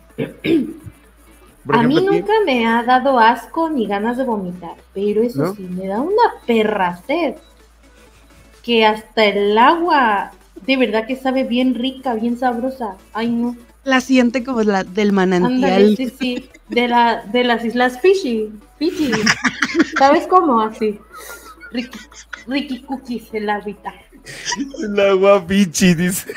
Por
A mí
ejemplo, aquí-
nunca me ha dado asco ni ganas de vomitar, pero eso
¿No?
sí, me da una perra sed. Que hasta el agua, de verdad que sabe bien rica, bien sabrosa. Ay, no.
La siente como la del
Ándale,
manantial.
sí, sí. De, la, de las islas Fiji. Fiji. ¿Sabes cómo? Así. Ricky, Ricky Cookies, el agüita.
El agua pichi, dice.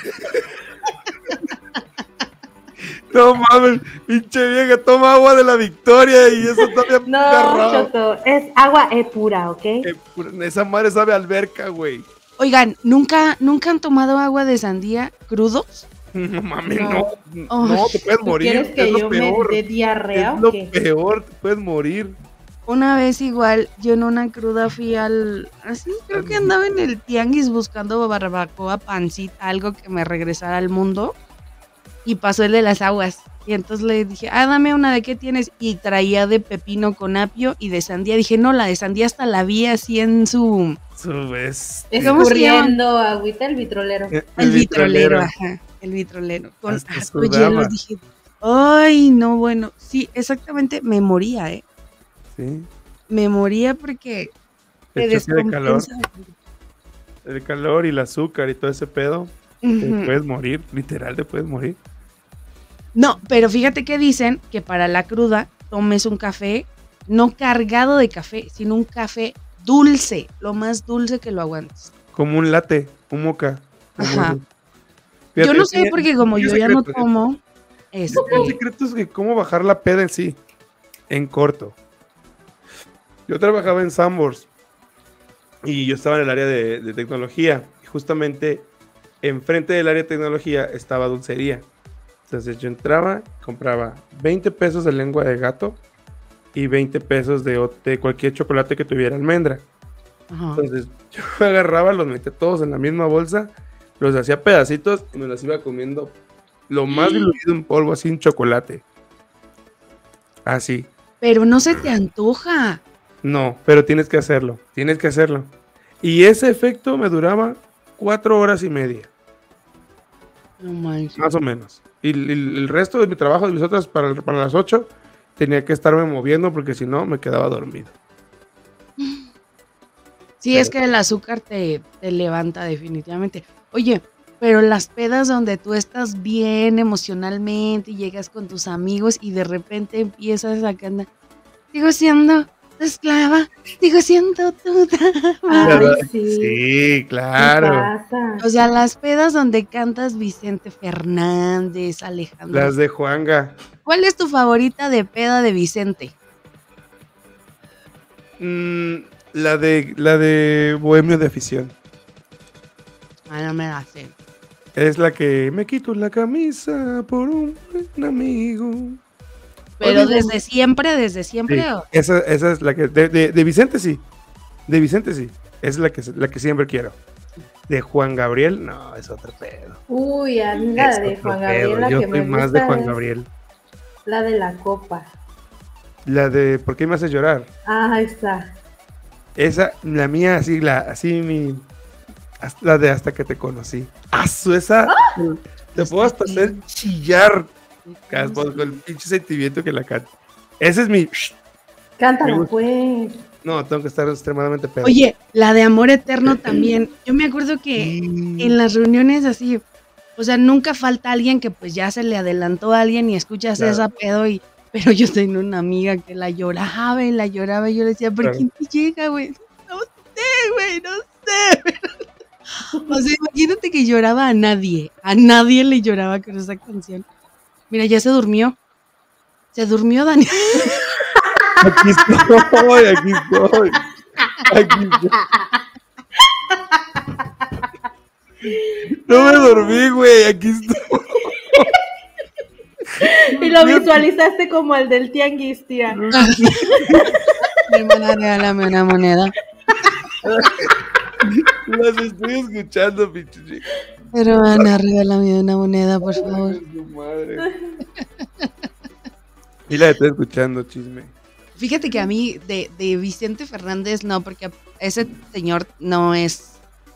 No mames, pinche vieja, toma agua de la Victoria y eso todavía
No,
agarrado.
Choto, es agua e pura, ¿ok?
Eh, Esa madre sabe a alberca, güey.
Oigan, ¿nunca, ¿nunca han tomado agua de sandía crudos?
No mames,
No.
no. No, te puedes
¿Tú
morir.
quieres que
es lo
yo
peor.
me dé diarrea
Es
o
lo
qué?
peor, te puedes morir.
Una vez igual, yo en una cruda fui al... Así, creo que andaba en el tianguis buscando barbacoa, pancita, algo que me regresara al mundo. Y pasó el de las aguas. Y entonces le dije, ah, dame una, ¿de qué tienes? Y traía de pepino con apio y de sandía. Dije, no, la de sandía hasta la vi así en su...
Su vez.
¿Cómo se llama?
Escurriendo agüita el vitrolero.
El vitrolero, ajá. El vitrolero. Con
Hasta
harto
sudaba.
hielo. Dije, ay, no, bueno. Sí, exactamente, me moría, ¿eh?
Sí.
Me moría porque...
El
te
choque de calor.
descompensa.
El calor y el azúcar y todo ese pedo. Te
Ujú.
puedes morir, literal, te puedes morir.
No, pero fíjate que dicen que para la cruda tomes un café no cargado de café, sino un café dulce, lo más dulce que lo aguantes.
Como un latte, un moca. como
Ajá.
un- Fíjate,
Yo no sé
tiene-
porque como
tiene
yo ya no
secreto, ¿eh?
tomo, este,
El secreto es que cómo bajar la peda en sí, en corto. Yo trabajaba en Sambors y yo estaba en el área de, de tecnología. Y justamente enfrente del área de tecnología estaba dulcería. Entonces yo entraba, compraba veinte pesos de lengua de gato y veinte pesos de, ot- de cualquier chocolate que tuviera almendra.
ajá.
Entonces yo agarraba, los metía todos en la misma bolsa, los hacía pedacitos y me los iba comiendo lo más diluido en polvo, así en chocolate. Así.
Pero no se te antoja.
No, pero tienes que hacerlo, tienes que hacerlo. Y ese efecto me duraba cuatro horas y media,
No manches.
más o menos. Y el, el- el resto de mi trabajo, de mis otras, para, para las ocho, tenía que estarme moviendo porque si no me quedaba dormido.
Sí, es que el azúcar te, te levanta definitivamente. Oye, pero las pedas donde tú estás bien emocionalmente y llegas con tus amigos y de repente empiezas a cantar, sigo siendo tu esclava, sigo siendo tu dama.
Ay,
Sí,
sí.
claro.
¿Qué pasa?
O sea, las pedas donde cantas Vicente Fernández, Alejandro.
Las de Juanga.
¿Cuál es tu favorita de peda de Vicente?
Mm, la de la de Bohemio de Afición.
Ah, no me la sé.
Es la que me quito la camisa por un buen amigo.
Pero
Oye,
desde siempre, desde siempre.
Sí,
¿O?
esa, esa es la que. De, de, de Vicente sí. De Vicente sí. Es la que, la que siempre quiero. De Juan Gabriel, no, es otro pedo.
Uy, a mí la
Es
de
otro
Juan
pedo.
Gabriel, la
Yo
que
soy
me
más
gusta
de Juan
es
Gabriel.
la de la copa.
La de ¿Por qué me haces llorar?
Ah, ahí está.
Esa, la mía, así, la, así mi. hasta- La de hasta que te conocí. ¡Asu! Esa. Te puedo hasta hacer chillar. Con con el pinche sentimiento que la canta. Ese es mi. Me
Cántalo,
gusta.
pues.
No, tengo que estar extremadamente pedo.
Oye, la de Amor Eterno también. Yo me acuerdo que
Sí.
en las reuniones así, o sea, nunca falta alguien que pues ya se le adelantó a alguien y escuchas
Claro.
esa pedo y... Pero yo tenía una amiga que la lloraba y la lloraba y yo le decía, ¿por
Claro.
quién te llega, güey? No sé, güey, no sé. O sea, imagínate que lloraba a nadie. A nadie le lloraba con esa canción. Mira, ya se durmió. Se durmió, Dani.
Aquí estoy, aquí estoy. Aquí estoy. No me dormí, güey. Aquí estoy.
Y lo visualizaste como el del tianguis, tía.
Mi hermana, regálame una moneda.
Las estoy escuchando, pinche chica.
Hermana, regálame una moneda, por favor.
Ay, su madre. Y la estoy escuchando, chisme.
Fíjate que a mí de, de Vicente Fernández no, porque ese señor no es...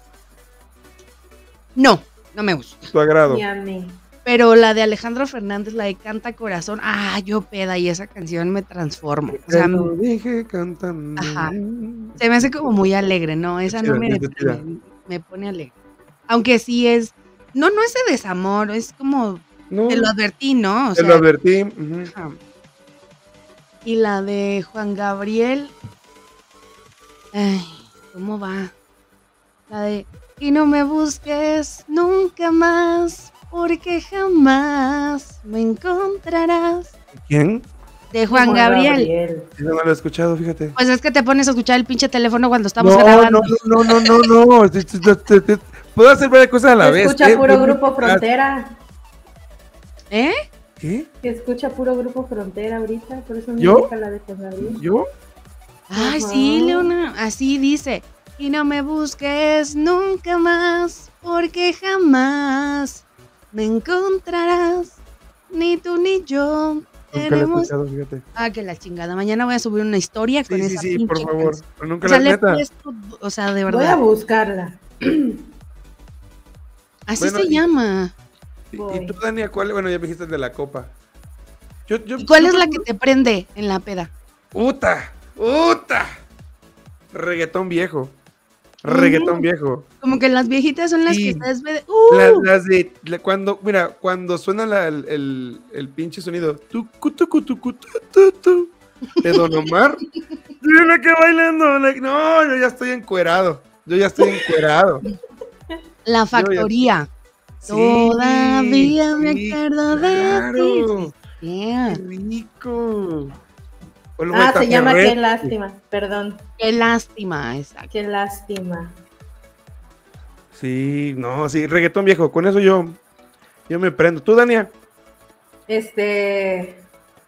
No, no me gusta.
Tu agrado.
Ni a mí.
Pero la de Alejandro Fernández, la de Canta Corazón, ah, yo peda y esa canción me transformo. O sea,
Te lo dije cantando.
Ajá. se me hace como muy alegre, ¿no? Esa no
chida,
me,
está chida.
me, me pone alegre. Aunque sí es... No, no es de desamor, es como...
No,
Te lo advertí, ¿no? O
te
sea,
lo advertí. Ujú.
ajá. Y la de Juan Gabriel. Ay, ¿cómo va? La de y no me busques nunca más, porque jamás me encontrarás.
¿Quién?
De Juan,
Juan
Gabriel.
Sí, no me lo he escuchado, fíjate.
Pues es que te pones a escuchar el pinche teléfono cuando estamos
no,
grabando.
no, no, no, no, no. Te- te- te- te- te- Puedo hacer varias cosas a la
Que
vez.
escucha
¿eh?
puro
No,
Grupo
no,
Frontera.
¿Eh?
¿Qué?
Que escucha puro Grupo Frontera ahorita. Por eso me
¿Yo?
deja la de Juan Gabriel.
¿Yo?
Ay,
Ajá.
sí, Leona. Así dice. Y no me busques nunca más, porque jamás me encontrarás. Ni tú ni yo
Nunca lo he
tenemos.
escuchado, fíjate.
Ah, que la chingada. Mañana voy a subir una historia con
Sí, sí,
esa
sí,
pinche
por favor.
canción.
Pero nunca
O sea,
la
le he
neta.
puesto, o sea, de
Voy a
verdad.
buscarla.
Así
Bueno,
se
y-
llama.
¿Y,
Voy.
y tú, Dania, cuál? Bueno, ya me dijiste el de la copa. Yo, yo,
¿Y cuál
yo-
es la que te prende en la peda?
¡Uta! ¡Uta! Reggaetón viejo. Reggaetón
Mm.
viejo.
Como que las viejitas son las
Sí.
que estás... ve- ¡Uh!
La- las de la- cuando, mira, cuando suena la- el, el, el pinche sonido tucu, tucu, tucu, tu, tu, tu, de Don Omar. Mira que bailando. like, no, yo ya estoy encuerado. Yo ya estoy encuerado.
La factoría.
Sí,
Todavía me
sí,
acuerdo
claro.
de ti. Yeah.
Qué rico. O luego
Ah,
está
se llama
Ferret.
Qué lástima. Perdón.
Qué lástima, exacto.
Qué lástima.
Sí, no, sí, reggaetón viejo. Con eso yo, yo me prendo. ¿Tú, Dania?
Este.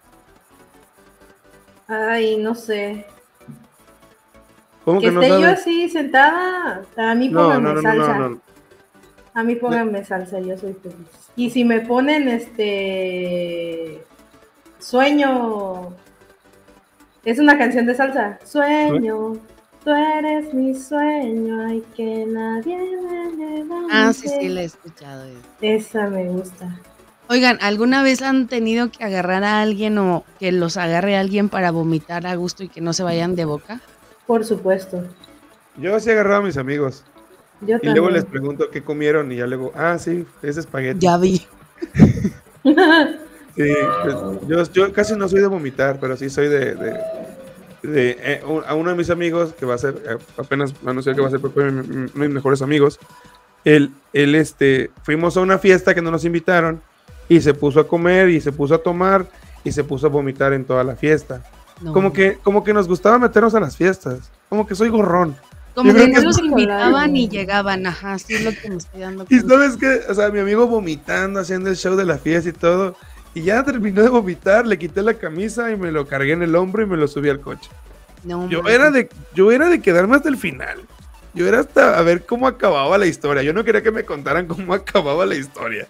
Ay, no sé.
¿Cómo
Que
que no
esté yo
sabes?
así sentada. A mí
No,
pónganme
no, no, no,
salsa.
no, no.
A mí pónganme salsa, yo soy feliz. Y si me ponen este. Sueño. Es una canción de salsa. Sueño. Tú eres mi sueño. Ay, que nadie me levante.
Ah, sí, sí, la he escuchado.
Esa me gusta.
Oigan, ¿alguna vez han tenido que agarrar a alguien o que los agarre a alguien para vomitar a gusto y que no se vayan de boca?
Por supuesto.
Yo sí agarraba a mis amigos.
Yo
Y luego
también.
les pregunto qué comieron y ya luego, ah, sí, es espagueti.
Ya vi.
Sí, pues, yo, yo casi no soy de vomitar, pero sí soy de, de, de, eh, a uno de mis amigos, que va a ser, eh, apenas anunció que va a ser uno de mis mejores amigos, él, él, este, fuimos a una fiesta que no nos invitaron y se puso a comer y se puso a tomar y se puso a vomitar en toda la fiesta. No. Como que, como que nos gustaba meternos a las fiestas, como que soy gorrón.
Como que no los invitaban y llegaban, ajá, así es lo que me estoy dando cuenta.
Y sabes qué, o sea, mi amigo vomitando, haciendo el show de la fiesta y todo, y ya terminó de vomitar, le quité la camisa y me lo cargué en el hombro y me lo subí al coche. No, yo, era de, yo era de quedarme hasta el final. Yo era hasta a ver cómo acababa la historia. Yo no quería que me contaran cómo acababa la historia.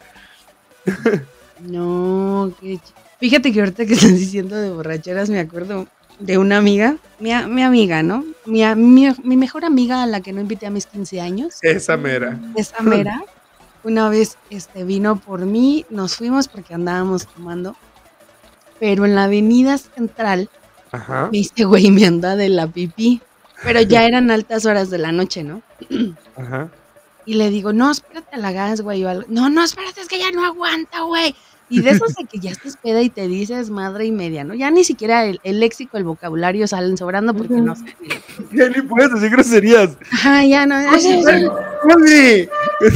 No, qué ch... Fíjate que ahorita que estás diciendo de borracheras me acuerdo de una amiga, mi, mi amiga, ¿no? Mi, mi, mi mejor amiga a la que no invité a mis quince años.
Esa mera.
Esa mera. Una vez este, vino por mí, nos fuimos porque andábamos tomando, pero en la avenida central, ajá, me dice, güey, me anda de la pipí, pero ya eran altas horas de la noche, ¿no? Ajá. Y le digo, no, espérate a la gas, güey, o algo. No, no, espérate, es que ya no aguanta, güey. Y de esos de que ya estás peda y te dices madre y media, ¿no? Ya ni siquiera el, el léxico, el vocabulario salen sobrando porque no sé.
Ya ni puedes decir groserías.
Ajá, ya no.
¡Ay, madre!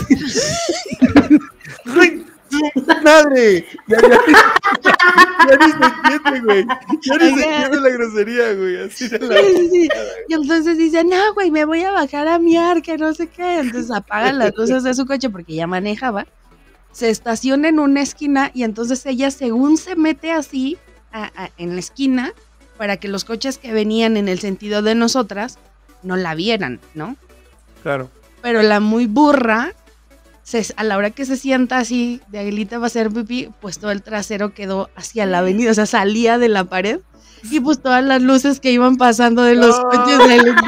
¡Madre! Ya, ya, ya ni se entiende, güey. Ya ni se entiende la grosería, güey. Así de la
sí, sí. Y entonces dice, no, güey, me voy a bajar a miar, que no sé qué. Entonces apaga las luces de su coche porque ya manejaba. Se estaciona en una esquina y entonces ella según se mete así a, a, en la esquina para que los coches que venían en el sentido de nosotras no la vieran, ¿no?
Claro.
Pero la muy burra, se, a la hora que se sienta así de Aguilita va a hacer pipí, pues todo el trasero quedó hacia la avenida, o sea, salía de la pared y pues todas las luces que iban pasando de los no. coches de él.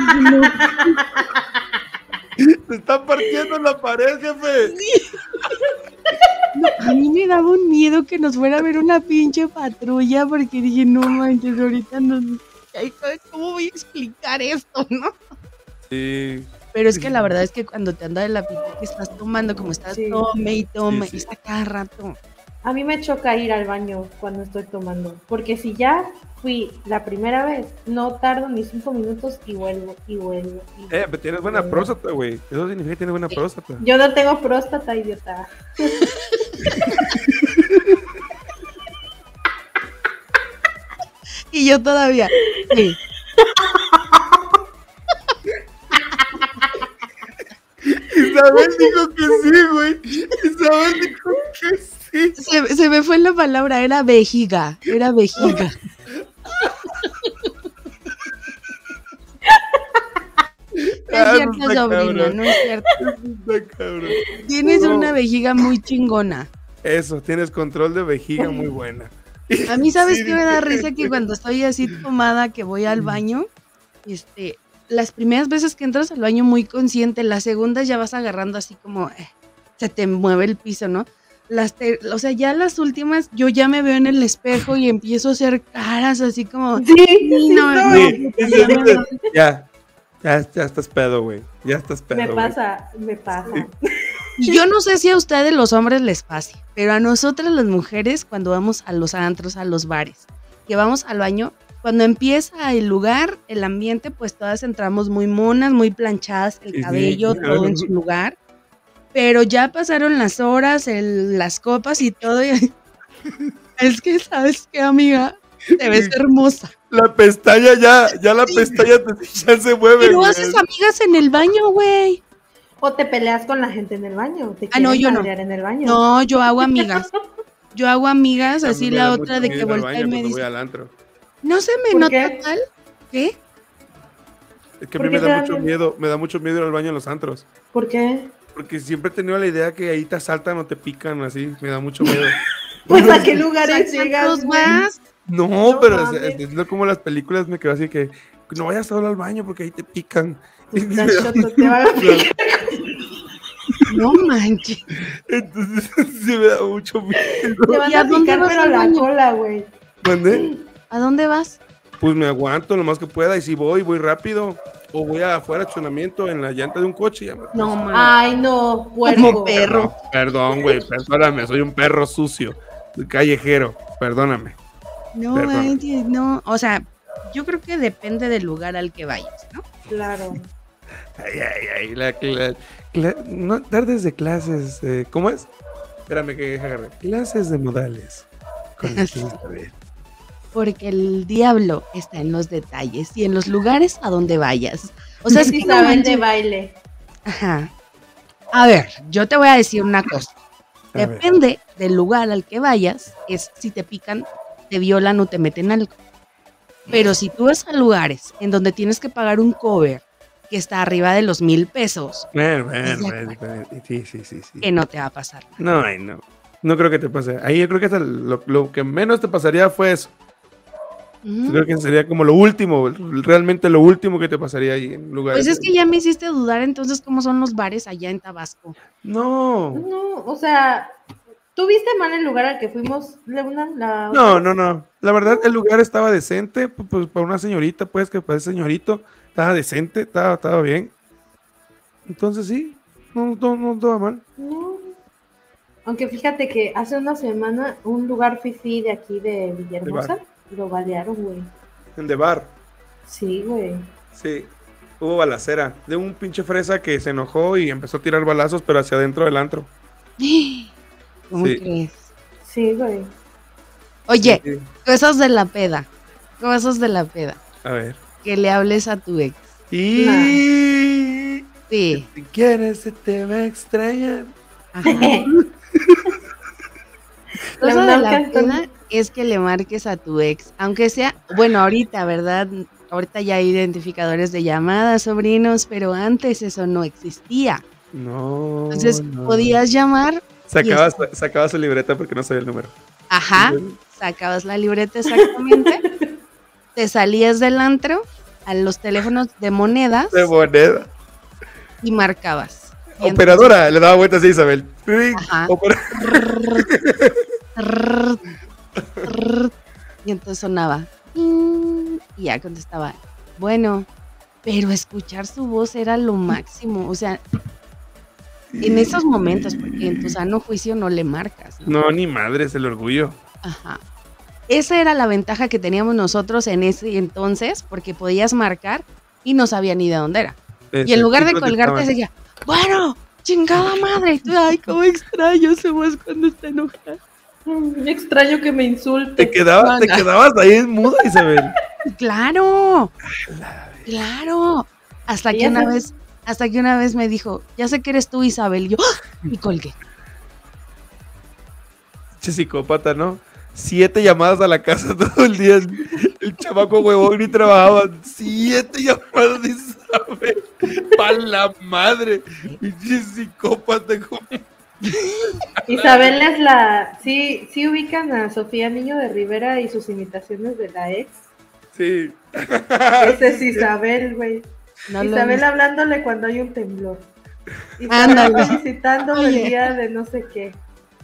Se está partiendo la pared, jefe. Sí.
No, a mí me daba un miedo que nos fuera a ver una pinche patrulla porque dije, no manches, ahorita no... ¿Cómo voy a explicar esto, no?
Sí.
Pero es que la verdad es que cuando te anda de la pipí que estás tomando, como estás sí. tome y tome, sí, sí. está cada rato.
A mí me choca ir al baño cuando estoy tomando, porque si ya fui la primera vez, no tardo ni cinco minutos y vuelvo, y vuelvo. Y
eh, pero tienes buena vuelvo. próstata, güey. Eso significa que tienes buena próstata.
Yo no tengo próstata, idiota.
Y yo todavía. Sí.
Isabel dijo que sí, güey. Isabel dijo que sí.
Se, se me fue la palabra, era vejiga. Era vejiga. Es cierto, sobrina, no es cierto. Tienes no. una vejiga muy chingona.
Eso, tienes control de vejiga muy buena.
A mí, ¿sabes sí, qué me da risa? Que cuando estoy así tomada, que voy al baño, este, las primeras veces que entras al baño muy consciente, las segundas ya vas agarrando así como, eh, se te mueve el piso, ¿no? Las te, o sea, ya las últimas, yo ya me veo en el espejo y empiezo a hacer caras así como,
sí, sí, no, no,
sí, no, sí, no, no. ya, ya, ya estás pedo, güey, ya estás pedo.
Me pasa, güey. me pasa. Sí.
Y yo no sé si a ustedes los hombres les pase, pero a nosotras las mujeres cuando vamos a los antros, a los bares, que vamos al baño, cuando empieza el lugar, el ambiente, pues todas entramos muy monas, muy planchadas, el cabello, sí, todo en su lugar, pero ya pasaron las horas, el, las copas y todo, y es que, ¿sabes qué, amiga? Te ves hermosa.
La pestaña ya, ya la sí. pestaña te, ya se mueve.
Pero haces amigas en el baño, güey.
O te peleas con la gente en el baño. ¿Te
ah, no, yo no.
En el baño?
No, yo hago amigas. Yo hago amigas, así la otra de que voltea y me dice. No se me nota qué? tal. ¿Qué?
Es que a mí me da mucho miedo, me da mucho miedo ir al baño en los antros.
¿Por qué?
Porque siempre he tenido la idea que ahí te asaltan o te pican, así, me da mucho miedo.
Pues a qué lugares llegas,
más?
No, no, pero es, es, es como las películas me quedo así que no vayas solo al baño porque ahí te pican.
Te va a picar.
No manches.
Entonces se me da mucho miedo.
Te van a picar, pero la cola, güey.
¿Mandé?
¿A dónde vas?
Pues me aguanto lo más que pueda y si voy, voy rápido. O voy afuera, estacionamiento en la llanta de un coche. Ya me...
No, man. Ay, no, puerco.
Como perro.
No, perdón, güey, perdóname, soy un perro sucio, callejero, perdóname.
No, manches, no, o sea, yo creo que depende del lugar al que vayas, ¿no?
Claro.
Ay, ay, ay, la, cla- cla- no, tardes de clases, eh, ¿cómo es? Espérame que agarre. Clases de modales. Con la tía Isabel.
Porque el diablo está en los detalles y en los lugares a donde vayas. O sea, es
Es
que no
Isabel de
manches.
baile.
Ajá. A ver, yo te voy a decir una cosa.
A ver.
Depende del lugar al que vayas, es si te pican, te violan o te meten algo. Pero si tú vas a lugares en donde tienes que pagar un cover que está arriba de los mil pesos,
Bueno, bueno,
¿Estás de
bueno, bueno, sí, sí, sí, sí.
que no te va a pasar nada.
No, ay, no. No creo que te pase. Ahí yo creo que hasta lo, lo que menos te pasaría fue eso.
Ujú.
Yo creo que sería como lo último, realmente lo último que te pasaría ahí en lugares.
Pues es que ya me hiciste dudar entonces cómo son los bares allá en Tabasco.
No.
No, o sea, ¿tú viste mal el lugar al que fuimos, Leona? La...
No, no, no. La verdad, el lugar estaba decente, pu- pues para una señorita, pues que parece señorito, estaba decente, estaba, estaba bien. Entonces sí, no, no, no estaba mal.
No. Aunque fíjate que hace una semana un lugar fifí de aquí de Villahermosa lo balearon, güey.
En de bar,
Sí, güey.
sí. Hubo balacera de un pinche fresa que se enojó y empezó a tirar balazos, pero hacia adentro del antro.
¿Cómo
Sí.
crees?
Sí, güey.
Oye,
Sí, sí.
cosas de la peda. Cosas de la peda.
A ver.
Que le hables a tu ex.
Y
Sí.
si quieres se te va a extrañar.
Ajá.
Le
Cosa de la
marcas con-
peda es que le marques a tu ex, aunque sea, bueno, ahorita, ¿verdad? Ahorita ya hay identificadores de llamadas, sobrinos, pero antes eso no existía.
No.
Entonces
no.
podías llamar,
Sacabas, sacabas su libreta porque no sabía el número.
ajá, sacabas la libreta exactamente, te salías del antro a los teléfonos de monedas
De moneda.
y marcabas. Y
Operadora, le daba vueltas a Isabel.
Ajá.
Opera-
Trrr, trrr, y entonces sonaba "Ting", y ya contestaba, bueno, pero escuchar su voz era lo máximo, o sea, en esos momentos, porque en tu sano juicio no le marcas, ¿no?
No, ni madre, es el orgullo.
Ajá. Esa era la ventaja que teníamos nosotros en ese entonces, porque podías marcar y no sabía ni de dónde era. Y en lugar de colgarte decía, bueno, chingada madre, y tú, ay, cómo extraño su voz cuando está enojada.
Mm, extraño que me insulte.
Te, quedaba, te quedabas ahí en muda, Isabel.
Claro, claro. Hasta que
Ella
una
se-
vez, hasta que una vez me dijo, ya sé que eres tú, Isabel. Y yo, ¡ah! Y colgué.
Che psicópata, ¿no? Siete llamadas a la casa todo el día. El, el chamaco huevón ni trabajaba. Siete llamadas de Isabel. Pa' la madre. Pinche psicópata. como-
Isabel es la. Sí, sí ubican a Sofía Niño de Rivera y sus imitaciones de la ex.
Sí.
Ese es Isabel, güey.
No lo
Isabel
vi.
hablándole cuando hay un temblor. Isabel
Ándale.
felicitándole
Oye.
el día de no sé qué.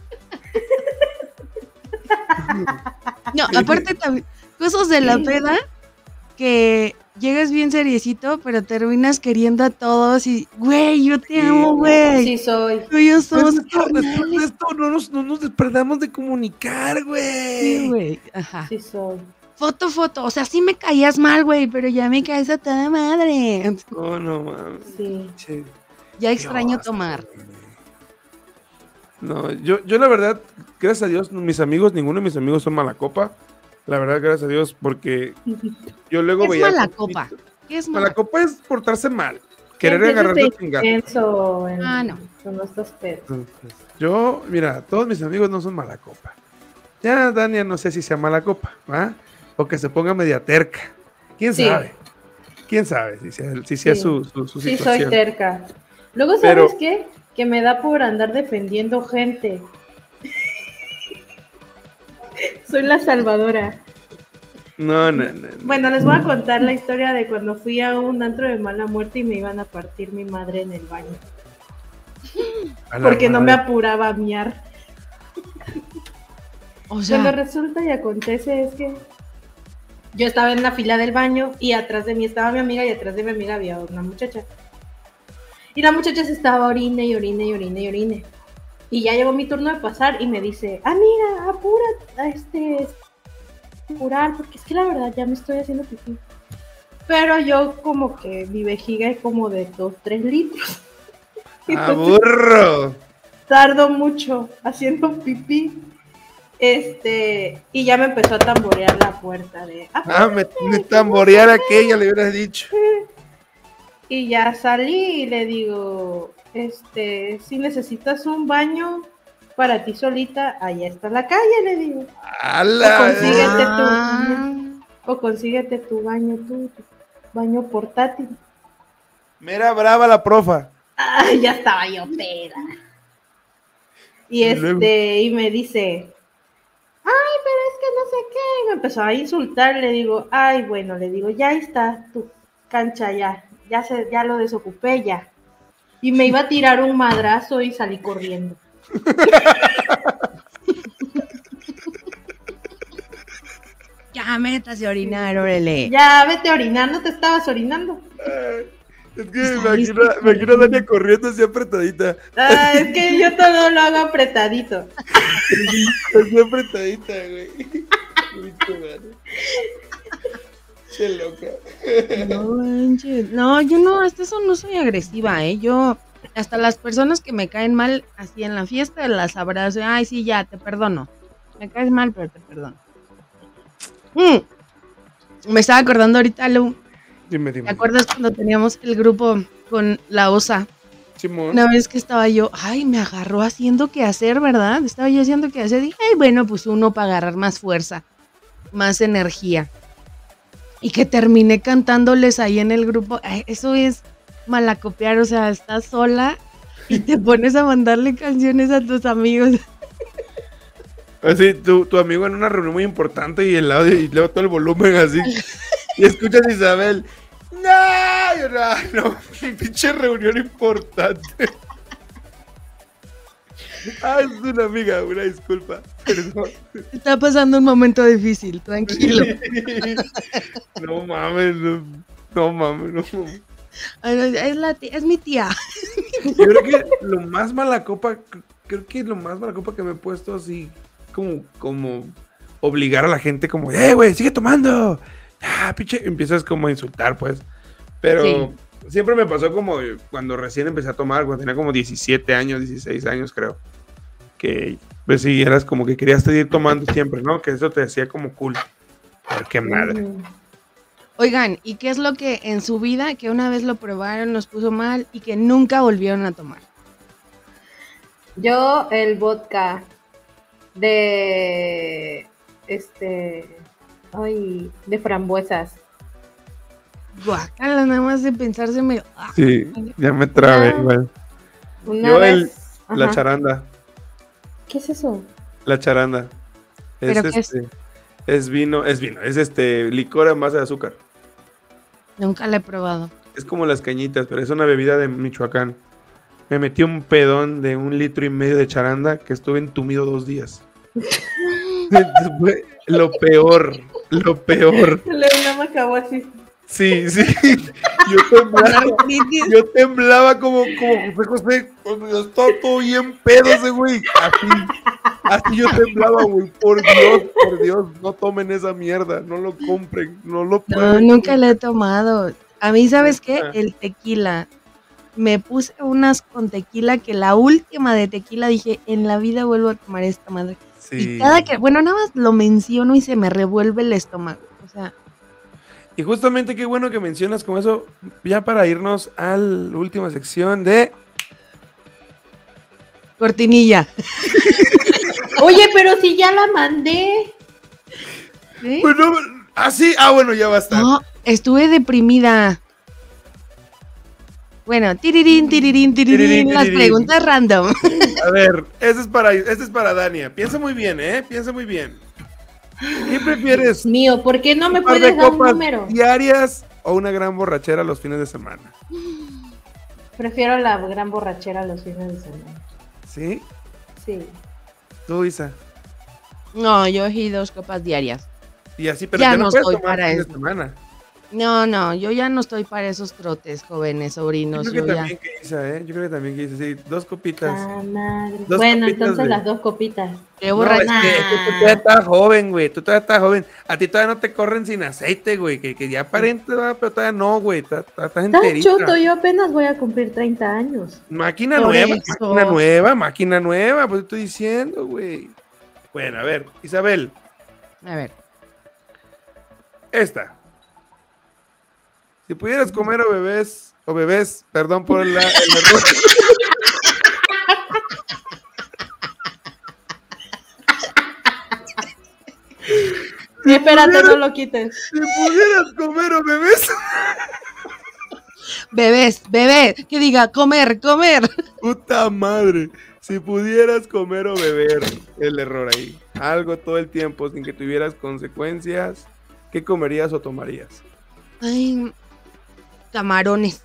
No, aparte también, cosas de la
Sí.
peda que llegas bien seriecito, pero terminas queriendo a todos y, güey, yo te amo, güey.
Sí soy.
Tú y yo
Pues
somos
esto, después de
carnales.
esto no nos, no nos perdamos de comunicar, güey.
Sí, güey. Ajá.
Sí soy.
Foto, foto. O sea, sí me caías mal, güey, pero ya me caes a toda madre.
No, no, mames.
Sí.
Che.
Ya extraño
Dios.
tomar.
No, yo, yo la verdad, gracias a Dios, mis amigos, ninguno de mis amigos son mala copa. La verdad, gracias a Dios, porque yo luego
¿Qué es
veía.
mala
al
copa?
compito.
¿Qué es
Mala
mala?
copa es portarse mal, querer
Empiezas
agarrar
de
de chingar.
intenso en-
Ah, no.
con estos pedos.
Entonces, yo, mira, todos mis amigos no son mala copa. Ya, Dania, no sé si sea mala copa, ¿va? O que se ponga media terca. ¿Quién
Sí.
sabe? ¿Quién sabe si sea, si sea
Sí.
su, su, su
Sí, soy
situación?
terca. Luego, ¿sabes
Pero-
qué? Que me da por andar defendiendo gente. Soy la salvadora.
No, no, no. no.
Bueno, les voy a contar la historia de cuando fui a un antro de mala muerte y me iban a partir mi madre en el baño.
A la
Porque no me
madre.
apuraba a miar.
O
Lo que
sea,
resulta y acontece es que yo estaba en la fila del baño y atrás de mí estaba mi amiga y atrás de mi amiga había una muchacha. Y la muchacha se estaba orine y orine y orine y orine. Y ya llegó mi turno de pasar y me dice, amiga, apura, este, curar, porque es que la verdad ya me estoy haciendo pipí. Pero yo como que mi vejiga es como de dos, tres litros.
¡Aburro!
Tardo mucho haciendo pipí. Este, y ya me empezó a tamborear la puerta de...
Ah, me, me tamborear aquella, le hubieras dicho.
Y ya salí y le digo, este, si necesitas un baño para ti solita, allá está la calle, le digo.
¡Hala!
O consíguete
Ah.
tu, o consíguete tu baño, tu, tu baño portátil.
Mera brava la profa.
Ay, ya estaba yo peda. Y
Y luego-
este, y me dice, ay, pero es que no sé qué. Y me empezó a insultar, le digo, ay, bueno, le digo, ya está tu cancha, ya, ya se, ya lo desocupé ya. Y me iba a tirar un madrazo y salí corriendo.
Ya, métase a orinar, órale.
Ya, vete a orinar, no te estabas orinando.
Es que me imagino, me imagino a Dania corriendo así apretadita.
Ah, es que yo todo lo hago apretadito.
Así apretadita, güey. Pinche madre. Che loca.
No, manches. No, yo no, hasta eso no soy agresiva, ¿eh? Yo, hasta las personas que me caen mal, así en la fiesta, las abrazo. Ay, sí, ya, te perdono. Me caes mal, pero te perdono. Mm. Me estaba acordando ahorita, Lu.
Dime, dime.
¿Te acuerdas cuando teníamos el grupo con la osa?
Simón.
Una vez que estaba yo, ay, me agarró haciendo qué hacer, ¿verdad? Estaba yo haciendo qué hacer. Dije, ay, bueno, pues uno para agarrar más fuerza, más energía. Y que terminé cantándoles ahí en el grupo. Ay, eso es malacopiar, o sea, estás sola y te pones a mandarle canciones a tus amigos.
Así, tu, tu amigo en una reunión muy importante y el audio y luego todo el volumen así. Y escuchas a Isabel. No, yo no, no, pinche reunión importante. Ah, es una amiga, una disculpa. Perdón.
Está pasando un momento difícil, tranquilo.
No mames, no, no mames, no mames.
Ay, no, Es, la tía- es mi tía.
Yo creo que lo más mala copa, creo que lo más mala copa que me he puesto así, como, como obligar a la gente como, eh, güey, sigue tomando. Ah, pinche, empiezas como a insultar, pues. Pero
Sí.
siempre me pasó como cuando recién empecé a tomar, cuando tenía como diecisiete años, dieciséis años, creo. Que, pues sí, eras como que querías seguir tomando siempre, ¿no? Que eso te hacía como cool. Pero qué madre.
Ujú.
Oigan, ¿y qué es lo que en su vida, que una vez lo probaron, nos puso mal y que nunca volvieron a tomar?
Yo el vodka de este ay, de frambuesas.
Guacala, nada más de pensarse me... ah,
Sí, ya me trabé,
Ah.
igual.
Una
Yo
vez,
el, la
ajá.
charanda.
¿Qué es eso?
La charanda. Es,
¿Pero qué es?
este, es vino, es vino, es este licor en base de azúcar.
Nunca la he probado.
Es como las cañitas, pero es una bebida de Michoacán. Me metí un pedón de un litro y medio de charanda que estuve entumido dos días. Fue lo peor, lo peor.
Leona me acabó así.
Sí, sí. Yo temblaba, yo temblaba como, como José José, cuando ya estaba todo bien pedo ese güey. Así, así yo temblaba, güey. Por Dios, por Dios, no tomen esa mierda, no lo compren, no lo
No,
prueben.
nunca la he tomado. A mí, ¿sabes qué?
Ah.
El tequila. Me puse unas con tequila que la última de tequila dije, en la vida vuelvo a tomar esta madre.
Sí.
Y cada que, bueno, nada más lo menciono y se me revuelve el estómago. O sea,
Y justamente qué bueno que mencionas con eso, ya para irnos a la última sección de...
cortinilla.
Oye, pero si ya la mandé.
¿Sí?
Bueno, ah, sí, ah, bueno, ya basta.
No, estuve deprimida. Bueno, tirirín, tirirín, tirirín,
Tirirín,
las
tirirín.
preguntas random.
A ver, este es para, este es para Dania. Piensa muy bien, ¿eh? Piensa muy bien. ¿Qué prefieres?
Dios mío, ¿por qué no me
¿Un par de
puedes dar un
copas
número?
diarias o una gran borrachera los fines de semana?
Prefiero la gran borrachera los fines de semana.
¿Sí?
Sí.
Tú, Isa.
No, yo y dos copas diarias.
Y así, pero
Ya
ya, no,
no
puedes
soy
tomar
para
fin de
eso.
semana.
No, no, yo ya no estoy para esos trotes, jóvenes, sobrinos.
Yo creo que
Yo ya.
también que Isa, ¿eh? Yo creo que también que Isa, sí, dos copitas.
Ah, madre.
Dos
Bueno,
copitas
entonces
de-
las dos copitas.
Qué
No,
borracha.
es que, es que tú todavía estás joven, güey. Tú todavía estás joven. A ti todavía no te corren sin aceite, güey. Que, que ya aparente, ¿verdad? Pero todavía no, güey. Estás, estás
Estás
enterita.
chuto, yo apenas voy a cumplir treinta años.
Máquina
Por
nueva,
eso.
máquina nueva, máquina nueva. Pues estoy diciendo, güey. Bueno, a ver, Isabel,
A ver,
esta. Si pudieras comer o bebés, o bebés, perdón por la, el error.
Espérate, no lo quites.
Si pudieras comer o bebés.
bebés, bebé, que diga comer, comer.
Puta madre. Si pudieras comer o beber, el error ahí. Algo todo el tiempo sin que tuvieras consecuencias, ¿qué comerías o tomarías?
Ay, camarones.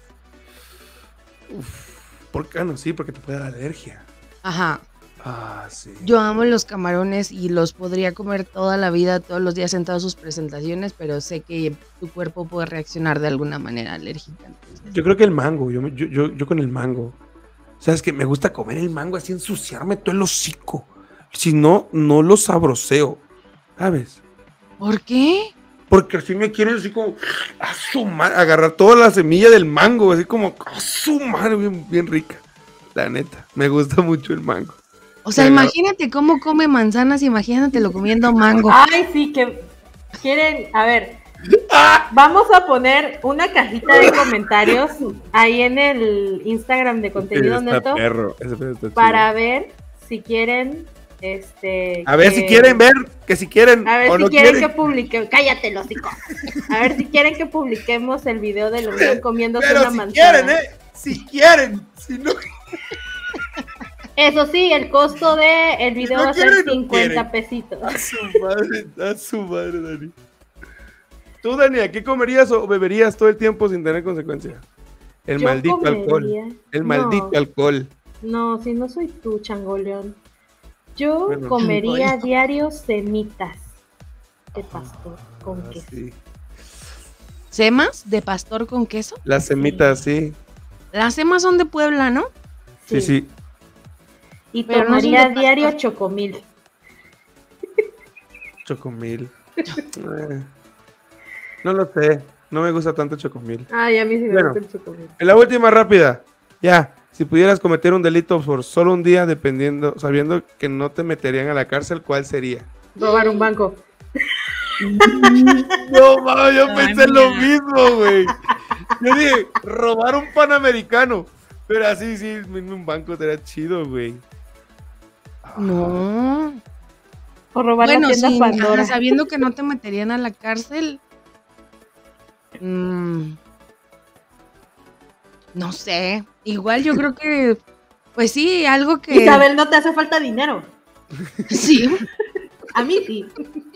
¿Por qué? Ah, no, sí, porque te puede dar alergia.
Ajá.
Ah, sí.
Yo amo los camarones y los podría comer toda la vida, todos los días en todas sus presentaciones, pero sé que tu cuerpo puede reaccionar de alguna manera alérgica. Entonces,
Yo creo que el mango, yo, me- yo, yo, yo con el mango. ¿Sabes que me gusta comer el mango así, ensuciarme todo el hocico? Si no, no lo sabroseo. ¿Sabes?
¿por qué?
Porque así me quieren así como a su madre, agarrar toda la semilla del mango, así como a su madre, bien, bien rica. La neta, me gusta mucho el mango.
O sea,
Pero-
imagínate cómo come manzanas, imagínatelo comiendo mango.
Ay, sí, que quieren. A ver, vamos a poner una cajita de comentarios ahí en el Instagram de Contenido
Está
Neto
perro, ese pedo está chido.
para ver si quieren. Este,
A ver
que-
si quieren ver, que si quieren
A ver
o
si
no
quieren,
quieren.
que publiquemos. Cállate, los hocico. A ver si quieren que publiquemos el video de León comiéndose
Pero
una
si
manzana.
quieren, ¿eh? Si quieren, si no.
Eso sí, el costo de el video
no
va a ser
quieren, no
cincuenta
quieren.
pesitos.
A su madre, a su madre, Dani. Tú, Dani, ¿qué comerías o beberías todo el tiempo sin tener consecuencias? El
Yo
maldito alcohol.
comería-
El
no.
maldito alcohol.
No, si no soy tú, changoleón. Yo
Bueno.
comería
Changoleón.
diario semitas de pastor con
Ah,
queso.
sí.
¿Semas de pastor con queso?
Las semitas, sí.
Las semas son de Puebla, ¿no?
Sí, sí.
Y
Pero no son
tomaría
de
diario
pastor.
chocomil.
Chocomil. Eh, No lo sé. No me gusta tanto el chocomil.
Ay, a mí sí me
Bueno.
gusta el chocomil.
En la última rápida. Ya. Si pudieras cometer un delito por solo un día, dependiendo, sabiendo que no te meterían a la cárcel, ¿cuál sería?
Robar un banco.
No, mames, yo
Ay,
pensé lo
mira.
mismo, güey. Yo dije, robar un panamericano. Pero así, sí, en un banco sería chido, güey.
No.
O robar
Bueno,
la tienda
sí,
Pandora.
ajá, sabiendo que no te meterían a la cárcel. mm, no sé. Igual yo creo que, pues sí, algo que.
Isabel, no te hace falta dinero.
Sí.
A mí sí.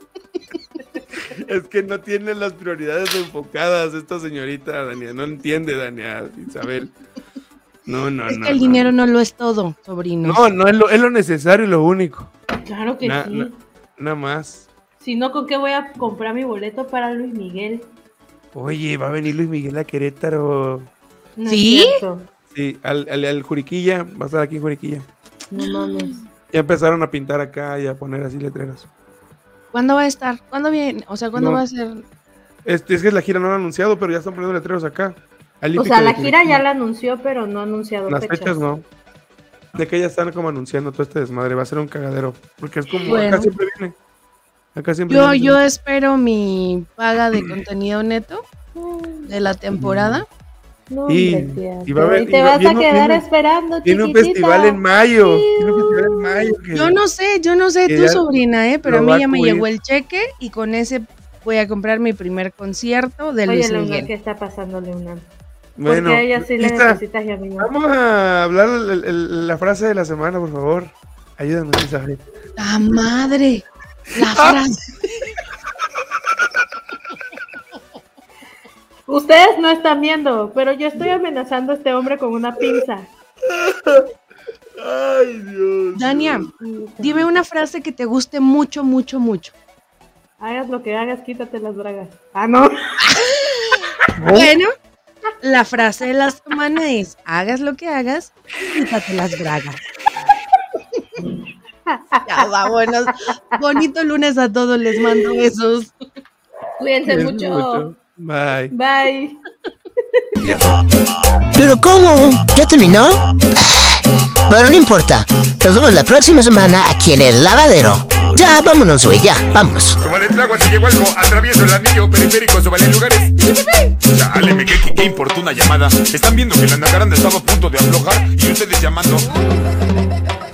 Es que no tiene las prioridades enfocadas esta señorita, Daniel. No entiende, Daniel, Isabel. No, no,
Es
no.
que el
no.
dinero no lo es todo, sobrino.
No, no es lo, es lo necesario y lo único.
Claro que
Na-
sí.
na- Nada más.
Si no, ¿con qué voy a comprar mi boleto para Luis Miguel?
Oye, va a venir Luis Miguel a Querétaro.
No es
¿Sí?
cierto.
Sí, al, al, al Juriquilla. Va a estar aquí en Juriquilla.
No mames.
Ya empezaron a pintar acá y a poner así letreros.
¿Cuándo va a estar? ¿Cuándo viene? O sea, ¿cuándo
No.
va a ser?
Este, es que la gira no lo han anunciado, pero ya están poniendo letreros acá. Al
O
hípico
sea,
de
la gira
Juriquilla.
ya la anunció, pero no ha anunciado
Las
fechas.
fechas no. De que ya están como anunciando todo este desmadre. Va a ser un cagadero. Porque es como
Bueno.
acá siempre viene. Acá siempre
Yo,
viene.
yo espero mi paga de contenido neto de la temporada.
No,
Y-
hombre, tía,
y va a
te-
haber-
y te
y va-
vas
viene-
a quedar
viene-
esperando,
Tiene un
chiquitita.
festival en mayo. Tiene un festival en mayo. que-
Yo no sé, yo no sé
que
tu
ya
sobrina, ¿eh? Pero a
lo
mí
va a
ya me
cubrir.
llegó el cheque y con ese voy a comprar mi primer concierto de
Oye,
Luis
Leonor,
Miguel.
¿qué está pasando, Leonor?
Bueno,
Porque a ella sí le
Lisa,
necesitas y a mí no.
vamos a hablar el- el- la frase de la semana, por favor. Ayúdanos, Isabel.
¡La madre! La
Ah.
frase.
Ustedes no están viendo, pero yo estoy amenazando a este hombre con una pinza.
Ay, Dios.
Dania, dime una frase que te guste mucho, mucho, mucho.
Hagas lo que hagas, quítate las bragas. Ah, no.
Bueno, la frase de la semana es: hagas lo que hagas, quítate las bragas. Ya, vámonos. Bonito lunes a todos, les mando besos.
Cuídense mucho.
mucho. Bye.
Bye.
¿Pero cómo? ¿Ya terminó? Pero no importa. Nos vemos la próxima semana aquí en el lavadero. Ya, vámonos, güey, ya, vámonos.
Súbale trago, si llegó algo, atravieso el anillo periférico, súbale lugares. Chale, me qué, qué importuna llamada. Están viendo que la nacaranda estaba a punto de aflojar y ustedes llamando.